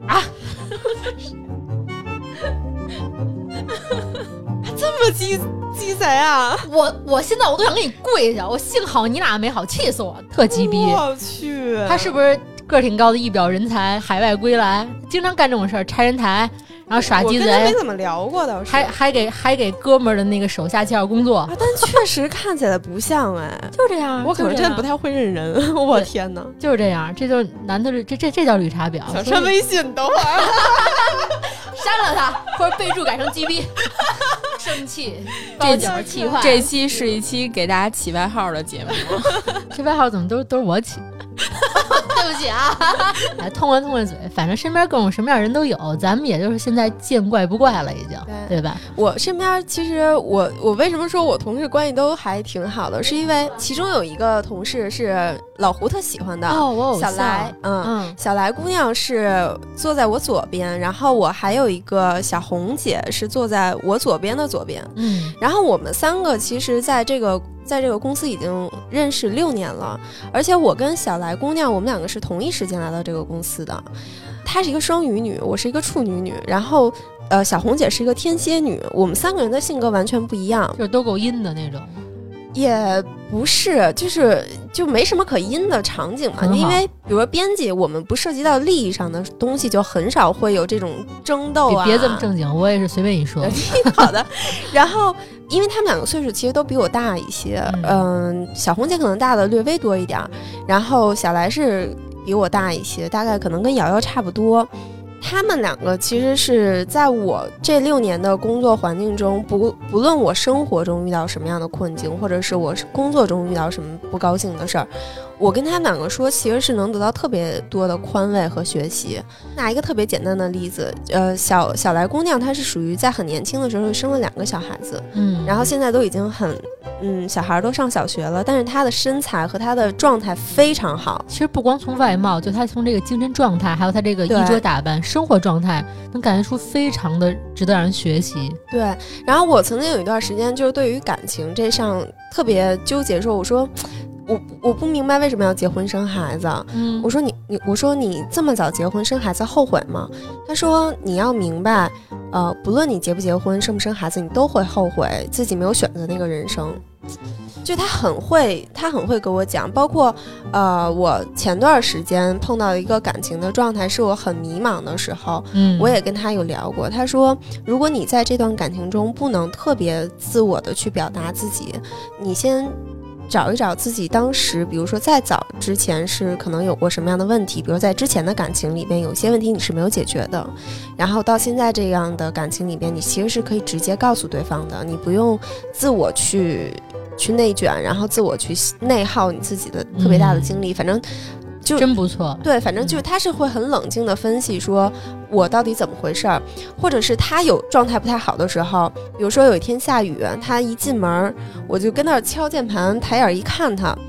这么鸡贼啊！ 我现在我都想给你跪下，我幸好你俩没好，气死我，特鸡逼！ 我去， 他是不是个儿挺高的一表人才，海外归来，经常干这种事儿，拆人台，然后耍鸡贼。 我跟他没怎么聊过的， 还给哥们儿的那个手下介绍工作， 但确实看起来不像就这样。 我可能真的不太会认人，我天哪， 就是这样，这就是男的这叫绿茶婊。 想删微信，等会儿删了他，或者备注改成鸡逼。生气，报警气坏。 这期是一期给大家起外号的节目， 这外号怎么都是我起？对不起啊，痛快嘴，反正身边各种什么样人都有，咱们也就是现在见怪不怪了，已经，对吧？ 我身边其实我为什么说我同事关系都还挺好的，是因为其中有一个同事是老胡特喜欢的小来，小来姑娘是坐在我左边，然后我还有一个小红姐是坐在我左边的左边，然后我们3个其实在这个公司已经认识6年了，而且我跟小来姑娘我们2个是同一时间来到这个公司的，她是一个双鱼女，我是一个处女女，然后小红姐是一个天蝎女，我们3个人的性格完全不一样， 就是都够阴的那种。 也不是，就没什么可阴的场景嘛，因为比如说编辑，我们不涉及到利益上的东西，就很少会有这种争斗啊。 别这么正经，我也是随便一说。 好的，然后因为他们2个岁数其实都比我大一些，小红姐可能大的略微多一点，然后小来是比我大一些，大概可能跟瑶瑶差不多。他们2个其实是在我这6年的工作环境中，不论我生活中遇到什么样的困境，或者是我工作中遇到什么不高兴的事儿，我跟他们2个说，其实是能得到特别多的宽慰和学习。拿一个特别简单的例子，小来姑娘她是属于在很年轻的时候生了2个小孩子，然后现在都已经小孩都上小学了，但是她的身材和她的状态非常好。 其实不光从外貌，就她从这个精神状态，还有她这个衣着打扮、生活状态，能感觉出非常的值得让人学习。 对，然后我曾经有一段时间，就是对于感情这上特别纠结，我说我不明白为什么要结婚生孩子。我说你这么早结婚生孩子后悔吗？他说你要明白，不论你结不结婚生不生孩子，你都会后悔自己没有选择那个人生。就他很会跟我讲，包括我前段时间碰到一个感情的状态，是我很迷茫的时候，我也跟他有聊过。他说，如果你在这段感情中不能特别自我的去表达自己，你先找一找自己当时，比如说在早之前是可能有过什么样的问题，比如在之前的感情里边有些问题你是没有解决的，然后到现在这样的感情里边，你其实是可以直接告诉对方的，你不用自我去内卷，然后自我去内耗你自己的特别大的精力，反正就真不错。对， 反正就他是会很冷静的分析说我到底怎么回事儿，或者是他有状态不太好的时候，比如说有一天下雨，他一进门我就跟那儿敲键盘，抬眼一看他，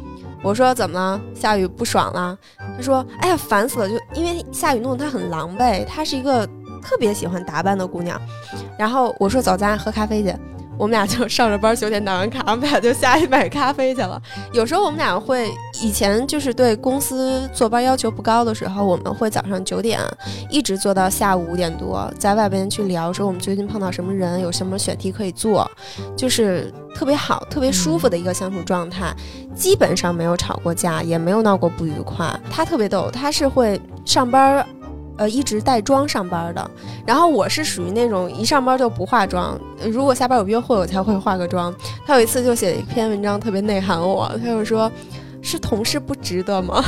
我说怎么了？下雨不爽了？他说哎呀烦死了，就因为下雨弄得他很狼狈，他是一个特别喜欢打扮的姑娘。然后我说走，咱俩喝咖啡去。我们俩就上着班9点打完卡，我们俩就下去买咖啡去了。有时候我们俩会，以前就是对公司坐班要求不高的时候，我们会早上9点一直做到下午5点多，在外边去聊说我们最近碰到什么人，有什么选题可以做，就是特别好特别舒服的一个相处状态，基本上没有吵过架，也没有闹过不愉快。他特别逗，他是会上班一直带妆上班的，然后我是属于那种一上班就不化妆，如果下班有约会我才会化个妆。他有一次就写了一篇文章特别内涵我，他就说是同事不值得吗？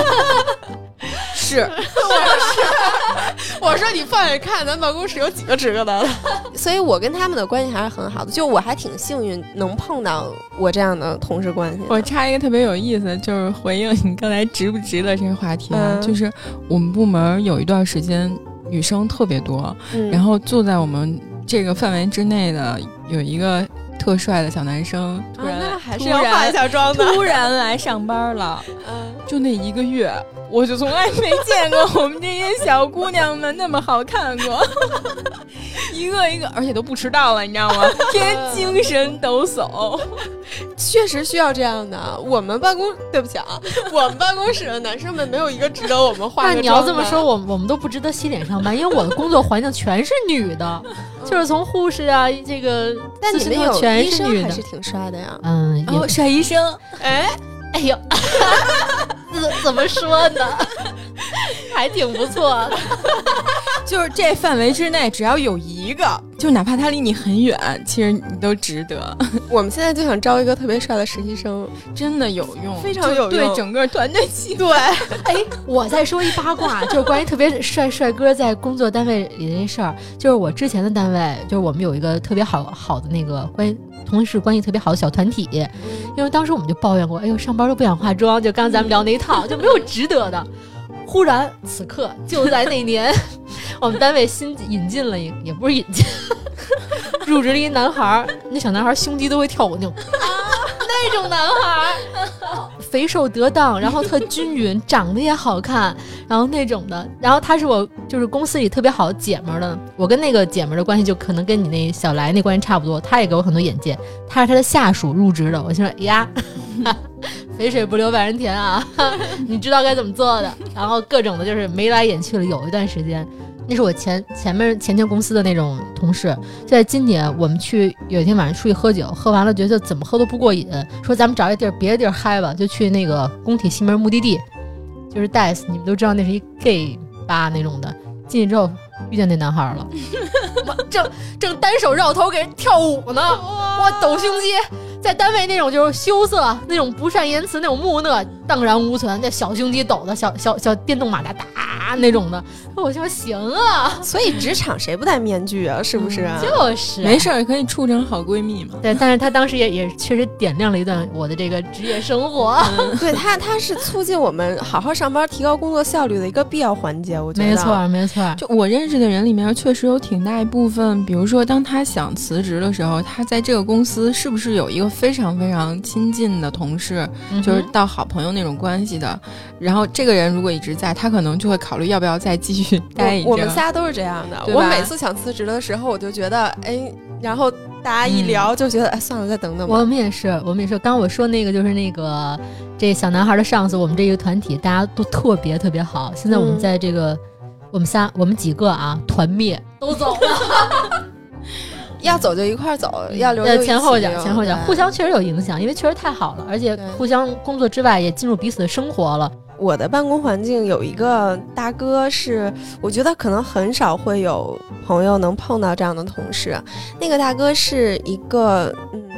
是我说你放眼看咱办公室有几个值得的。所以我跟他们的关系还是很好的，就我还挺幸运能碰到我这样的同事关系。 我插一个特别有意思，就是回应你刚才值不值得这个话题啊，就是我们部门有一段时间女生特别多，然后坐在我们这个范围之内的有一个特帅的小男生， 那还是要化一下妆的， 突然来上班了，就那1个月，我就从来没见过我们这些小姑娘们那么好看过，一个一个，而且都不迟到了，你知道吗？天天精神抖擞， 确实需要这样的。我们办公，对不起啊，我们办公室的男生们没有一个值得我们化个妆的。 那你要这么说，我们都不值得洗脸上班，因为我的工作环境全是女的，就是从护士啊，这个， 但你们有全是女的， 还是挺帅的呀。 帅医生， 哎呦，怎么说呢？还挺不错的。 就是这范围之内，只要有一个，就哪怕他离你很远，其实你都值得。 我们现在就想招一个特别帅的实习生， 真的有用， 非常有用， 对整个团队气氛。 对， 哎，我再说一八卦，就是关于特别帅哥在工作单位里的这事儿。就是我之前的单位，就是我们有一个特别好的那个同事关系特别好的小团体，因为当时我们就抱怨过，哎呦，上班都不想化妆，就刚刚咱们聊那一套，就没有值得的。忽然此刻就在那年，我们单位新引进了也不是引进，入职了一男孩，那小男孩胸肌都会跳舞那种那种男孩，肥瘦得当，然后特均匀，长得也好看，然后那种的。然后他是我就是公司里特别好的姐们儿的，我跟那个姐们儿的关系就可能跟你那小来那关系差不多，他也给我很多眼界，他是他的下属入职的，我心说呀肥水不流外人田啊，你知道该怎么做的。然后各种的就是眉来眼去了，有一段时间那是我前公司的那种同事。就在今年我们有一天晚上出去喝酒，喝完了觉得怎么喝都不过瘾，说咱们找一地儿别的地儿嗨吧，就去那个工体西门目的地，就是 DICE， 你们都知道那是一 gay 吧那种的。进去之后遇见那男孩了，正单手绕头给人跳舞呢，我抖胸肌，在单位那种就是羞涩那种不善言辞那种木讷荡然无存，那小胸肌抖的小电动马达哒那种的，我就说行啊。 所以职场谁不戴面具啊？是不是啊？ 就是没事儿，可以处成好闺蜜嘛。 对，但是他当时也确实点亮了一段我的这个职业生活。 对他是促进我们好好上班、提高工作效率的一个必要环节。我觉得没错。 就我认识的人里面，确实有挺大一部分，比如说当他想辞职的时候，他在这个公司是不是有一个非常非常亲近的同事，就是到好朋友那种关系的。然后这个人如果一直在，他可能就会考虑要不要再继续待一阵。 我们仨都是这样的。我每次想辞职的时候，我就觉得，哎，然后大家一聊就觉得，哎，算了，再等等吧。 我们也是。刚我说那个就是那个这小男孩的上司，我们这个团体大家都特别特别好。现在我们在这个。我们几个啊，团灭都走了， 要走就一块走，要留就前后脚，互相确实有影响，因为确实太好了，而且互相工作之外也进入彼此的生活了。 我的办公环境有一个大哥是，我觉得可能很少会有朋友能碰到这样的同事。那个大哥是一个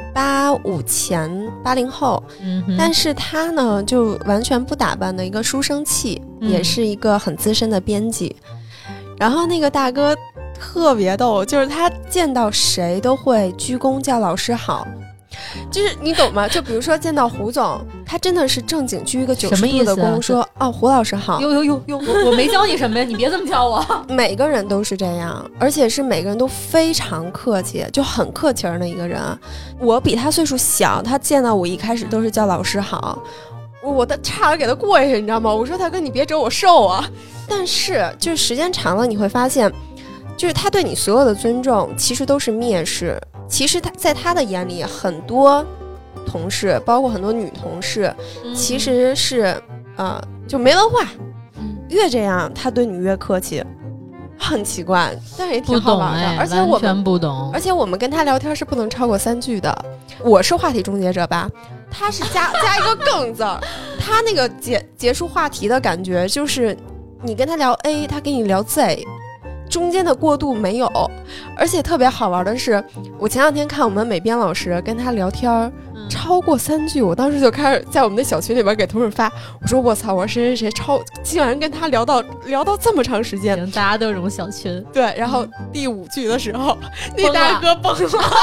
85前80后，但是他呢就完全不打扮的一个书生气，也是一个很资深的编辑。然后那个大哥特别逗，就是他见到谁都会鞠躬叫老师好。就是你懂吗？就比如说见到胡总，他真的是正经鞠一个90度的躬，说哦，胡老师好。 哟，我没教你什么呀，你别这么教我。 每个人都是这样，而且是每个人都非常客气，就很客气的一个人。我比他岁数小，他见到我一开始都是叫老师好。 我的差点给他跪下，你知道吗？我说大哥你别折我寿啊。但是就时间长了你会发现，就是他对你所有的尊重其实都是蔑视。其实他在他的眼里，很多同事包括很多女同事其实是就没文化，越这样他对你越客气，很奇怪，但是也挺好玩的。而且我们完全不懂， 而且我们跟他聊天是不能超过3句的。我是话题终结者吧，他是加一个更字儿，他那个结束话题的感觉就是你跟他聊 A， 他跟你聊 Z， 中间的过渡没有。而且特别好玩的是，我前2天看我们美编老师跟他聊天超过3句，我当时就开始在我们的小群里边给同事发，我说我操，我说谁竟然跟他聊到这么长时间， 大家都有这种小群。 对，然后第5句的时候，那大哥崩了，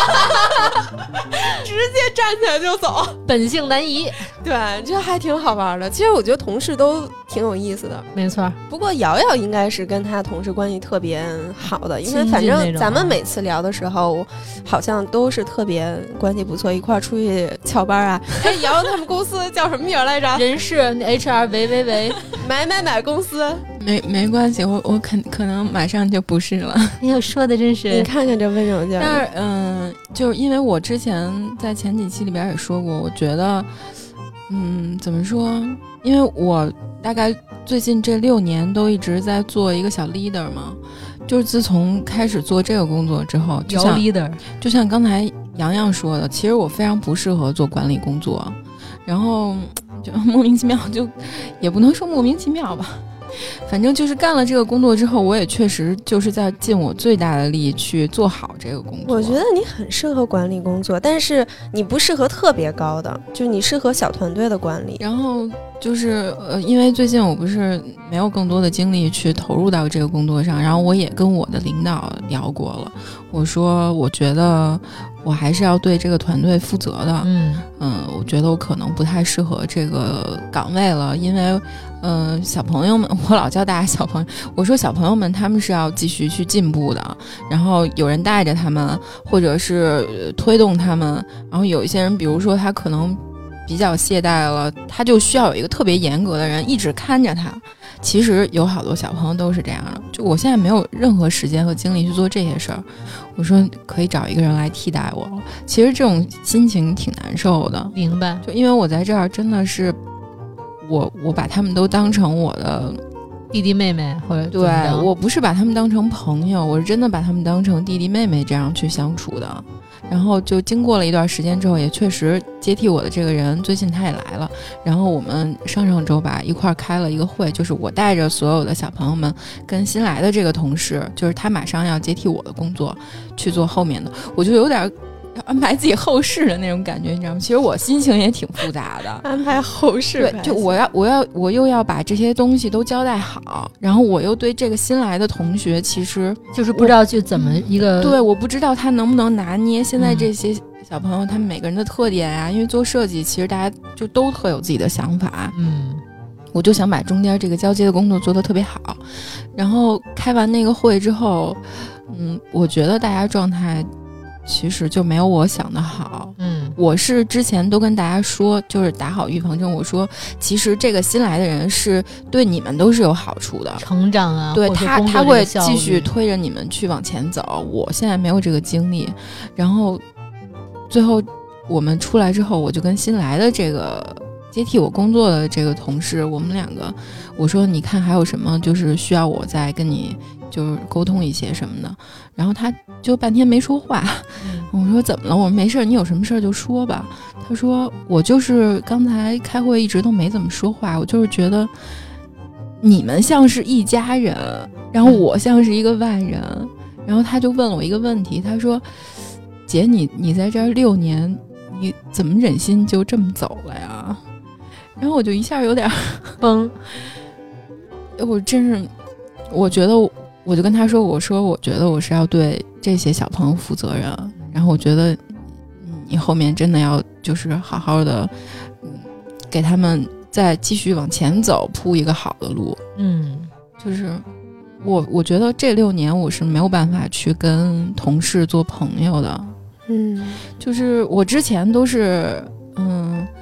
直接站起来就走， 本性难移。 对，这还挺好玩的。其实我觉得同事都挺有意思的， 没错。 不过瑶瑶应该是跟他同事关系特别好的，因为反正咱们每次聊的时候，好像都是特别关系不错，一块儿出去翘班啊。哎，瑶瑶他们公司叫什么名来着？ 人事 HR 喂买公司。 没关系，我可能马上就不是了。 哎呦，说的真是， 你看看这温柔劲。 但是就是因为我之前在前几期里边也说过，我觉得怎么说？因为我大概最近这6年都一直在做一个小 leader 嘛，就是自从开始做这个工作之后，就像刚才洋洋说的，其实我非常不适合做管理工作，然后就莫名其妙，就也不能说莫名其妙吧，反正就是干了这个工作之后，我也确实就是在尽我最大的力去做好这个工作。 我觉得你很适合管理工作，但是你不适合特别高的，就你适合小团队的管理。 然后就是因为最近我不是没有更多的精力去投入到这个工作上，然后我也跟我的领导聊过了，我说我觉得我还是要对这个团队负责的。我觉得我可能不太适合这个岗位了，因为小朋友们，我老叫大家小朋友，我说小朋友们他们是要继续去进步的，然后有人带着他们，或者是推动他们，然后有一些人比如说他可能比较懈怠了，他就需要有一个特别严格的人一直看着他。其实有好多小朋友都是这样的，就我现在没有任何时间和精力去做这些事儿，我说可以找一个人来替代我。其实这种心情挺难受的。 明白。 就因为我在这儿真的是我把他们都当成我的弟弟妹妹，或者对，我不是把他们当成朋友，我是真的把他们当成弟弟妹妹这样去相处的。然后就经过了一段时间之后，也确实接替我的这个人最近他也来了，然后我们上周吧一块开了一个会，就是我带着所有的小朋友们跟新来的这个同事，就是他马上要接替我的工作去做后面的，我就有点要安排自己后事的那种感觉，你知道吗？其实我心情也挺复杂的。 安排后事， 对，就我又要把这些东西都交代好，然后我又对这个新来的同学，其实就是不知道就怎么一个对，我不知道他能不能拿捏现在这些小朋友他们每个人的特点啊，因为做设计其实大家就都特有自己的想法。我就想把中间这个交接的工作做得特别好。然后开完那个会之后，我觉得大家状态其实就没有我想的好。我是之前都跟大家说，就是打好预防针，我说其实这个新来的人是对你们都是有好处的， 成长啊， 对他会继续推着你们去往前走。我现在没有这个精力。然后最后我们出来之后，我就跟新来的这个接替我工作的这个同事，我们两个我说你看还有什么就是需要我再跟你就是沟通一些什么的，然后他就半天没说话。我说怎么了？我说没事，你有什么事就说吧。他说我就是刚才开会一直都没怎么说话，我就是觉得你们像是一家人，然后我像是一个外人。然后他就问了我一个问题，他说姐你在这儿6年，你怎么忍心就这么走了呀？然后我就一下有点崩， 我真是我觉得我就跟他说，我说我觉得我是要对这些小朋友负责任，然后我觉得你后面真的要就是好好的给他们再继续往前走，铺一个好的路。就是我觉得这6年我是没有办法去跟同事做朋友的。就是我之前都是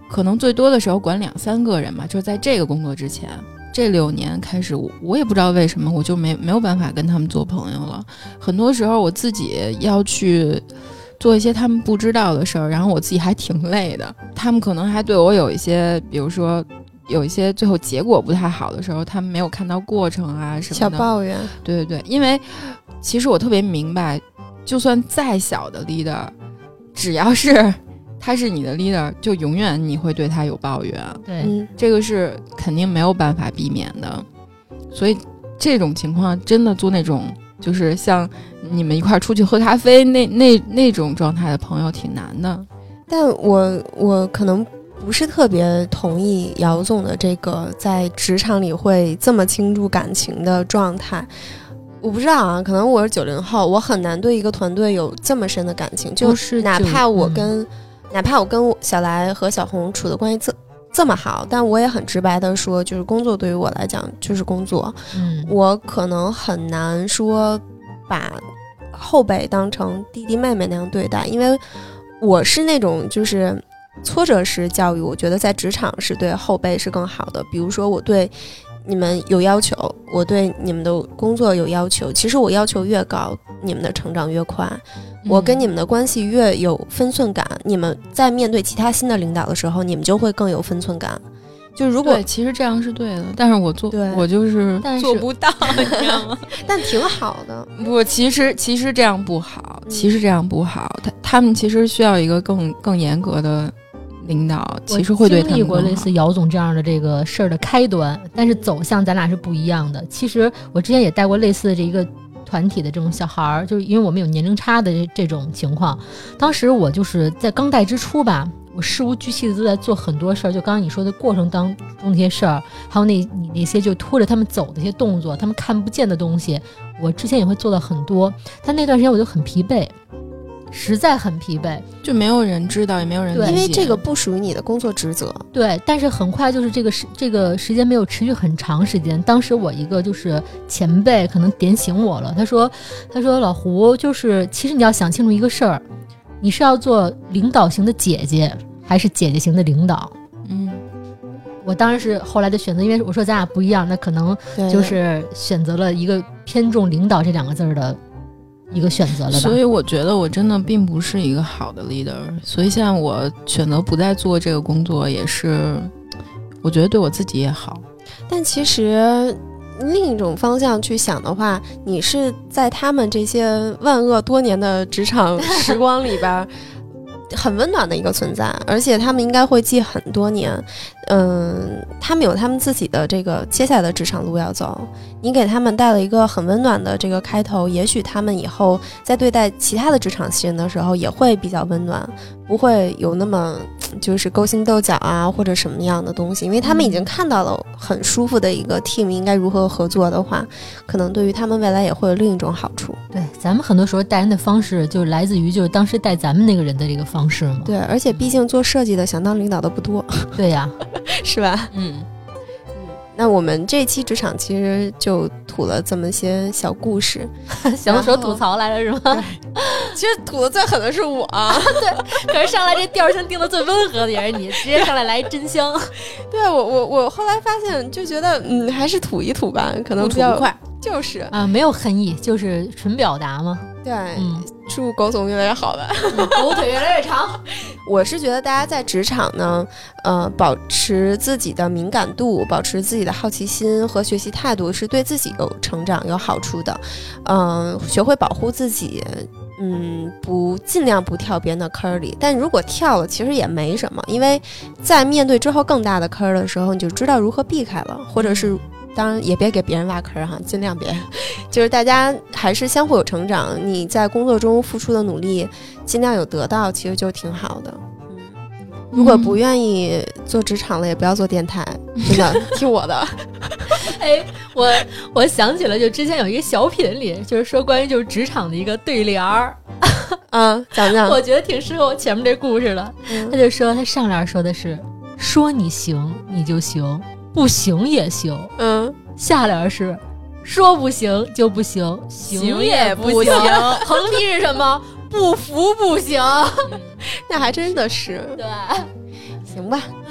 可能最多的时候管2-3个人嘛，就是在这个工作之前，这6年开始，我也不知道为什么，我就没有办法跟他们做朋友了。很多时候我自己要去做一些他们不知道的事儿，然后我自己还挺累的。他们可能还对我有一些，比如说有一些最后结果不太好的时候，他们没有看到过程啊什么的， 小抱怨。 对对对，因为其实我特别明白，就算再小的 leader， 只要是他是你的 leader， 就永远你会对他有抱怨。 对， 这个是肯定没有办法避免的。所以这种情况真的做那种就是像你们一块出去喝咖啡那种状态的朋友挺难的。 但我可能不是特别同意姚总的这个在职场里会这么倾注感情的状态。我不知道啊，可能我是90后，我很难对一个团队有这么深的感情。就是哪怕我跟小来和小红处的关系这么好，但我也很直白的说，就是工作对于我来讲就是工作。我可能很难说把后辈当成弟弟妹妹那样对待，因为我是那种就是挫折式教育，我觉得在职场是对后辈是更好的。比如说我对你们有要求，我对你们的工作有要求，其实我要求越高，你们的成长越快。我跟你们的关系越有分寸感，你们在面对其他新的领导的时候，你们就会更有分寸感。就如果其实这样是对的，但是我就是做不到，你知道吗？ 但挺好的。 不，其实这样不好，其实这样不好。他们其实需要一个更严格的领导，其实会对他们经历过类似姚总这样的这个事儿的开端，但是走向咱俩是不一样的。其实我之前也带过类似的这一个团体的这种小孩儿，就是因为我们有年龄差的这种情况。当时我就是在刚带之初吧，我事无巨细的都在做很多事儿，就刚刚你说的过程当中那些事儿，还有你那些就拖着他们走的一些动作，他们看不见的东西，我之前也会做到很多。但那段时间我就很疲惫，实在很疲惫， 就没有人知道，也没有人理解， 因为这个不属于你的工作职责。 对，但是很快就是这个时间没有持续很长时间。当时我一个就是前辈可能点醒我了，他说老胡，就是其实你要想清楚一个事儿，你是要做领导型的姐姐，还是姐姐型的领导？我当然是后来的选择，因为我说咱俩不一样，那可能就是选择了一个偏重领导这2个字的一个选择了吧。 所以我觉得我真的并不是一个好的 leader， 所以现在我选择不再做这个工作，也是我觉得对我自己也好。 但其实另一种方向去想的话，你是在他们这些万恶多年的职场时光里边很温暖的一个存在，而且他们应该会记很多年。他们有他们自己的这个接下来的职场路要走，你给他们带了一个很温暖的这个开头，也许他们以后在对待其他的职场新人的时候也会比较温暖，不会有那么就是勾心斗角啊或者什么样的东西，因为他们已经看到了很舒服的一个 team 应该如何合作的话，可能对于他们未来也会有另一种好处。 对，咱们很多时候带人的方式就来自于就是当时带咱们那个人的这个方式嘛。 对，而且毕竟做设计的想当领导的不多。 对呀， 是吧？那我们这期职场其实就吐了这么些小故事， 小手吐槽来了是吗？ 其实吐的最狠的是我， 对，可是上来这调声定的最温和的也是你，直接上来来真香。 对，我后来发现就觉得还是吐一吐吧，可能比较不快， 就是啊，没有恨意，就是纯表达嘛。 对，祝狗总越来越好吧， 狗腿越来越长。 我是觉得大家在职场呢，保持自己的敏感度，保持自己的好奇心和学习态度，是对自己有成长有好处的。学会保护自己，尽量不跳别人的坑里。但如果跳了，其实也没什么，因为在面对之后更大的坑的时候，你就知道如何避开了，或者是。当然也别给别人挖坑哈，尽量别，就是大家还是相互有成长。你在工作中付出的努力，尽量有得到，其实就挺好的。如果不愿意做职场了，也不要做电台，真的听我的。 哎，我想起了，就之前有一个小品里，就是说关于就是职场的一个对联儿。 讲讲， 我觉得挺适合我前面这故事的。他就说，他上联说的是说你行你就行。不行也行，下联是说不行就不行，行也不行。横批是什么？不服不行。 那还真的是。 对， 行吧，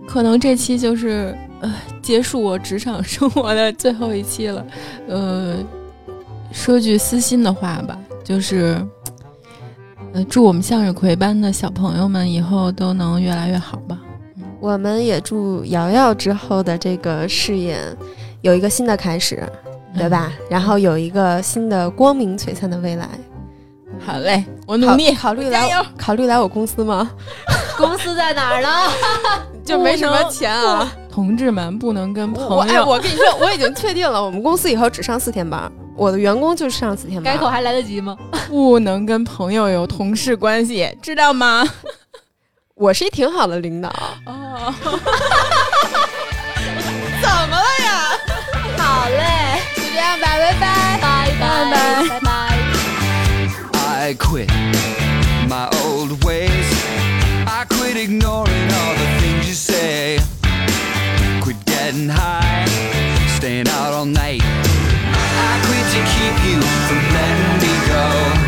可能这期就是结束我职场生活的最后一期了。说句私心的话吧，就是祝我们向日葵班的小朋友们以后都能越来越好吧。 我们也祝瑶瑶之后的这个事业有一个新的开始，对吧？然后有一个新的光明璀璨的未来。 好嘞，我努力。 考虑来我公司吗？ 公司在哪儿呢？ 就没什么钱啊。 同志们不能跟朋友。 我跟你说，我已经确定了，我们公司以后只上4天班，我的员工就上4天班。 改口还来得及吗？ 不能跟朋友有同事关系，知道吗？ 我是一挺好的领导。 哦， 怎么了呀？ 好嘞， 就这样吧，拜拜， 拜拜，拜拜。 I quit my old ways. I quit ignoring all the things you say. Quit getting high, staying out all night. I quit to keep you from letting me go.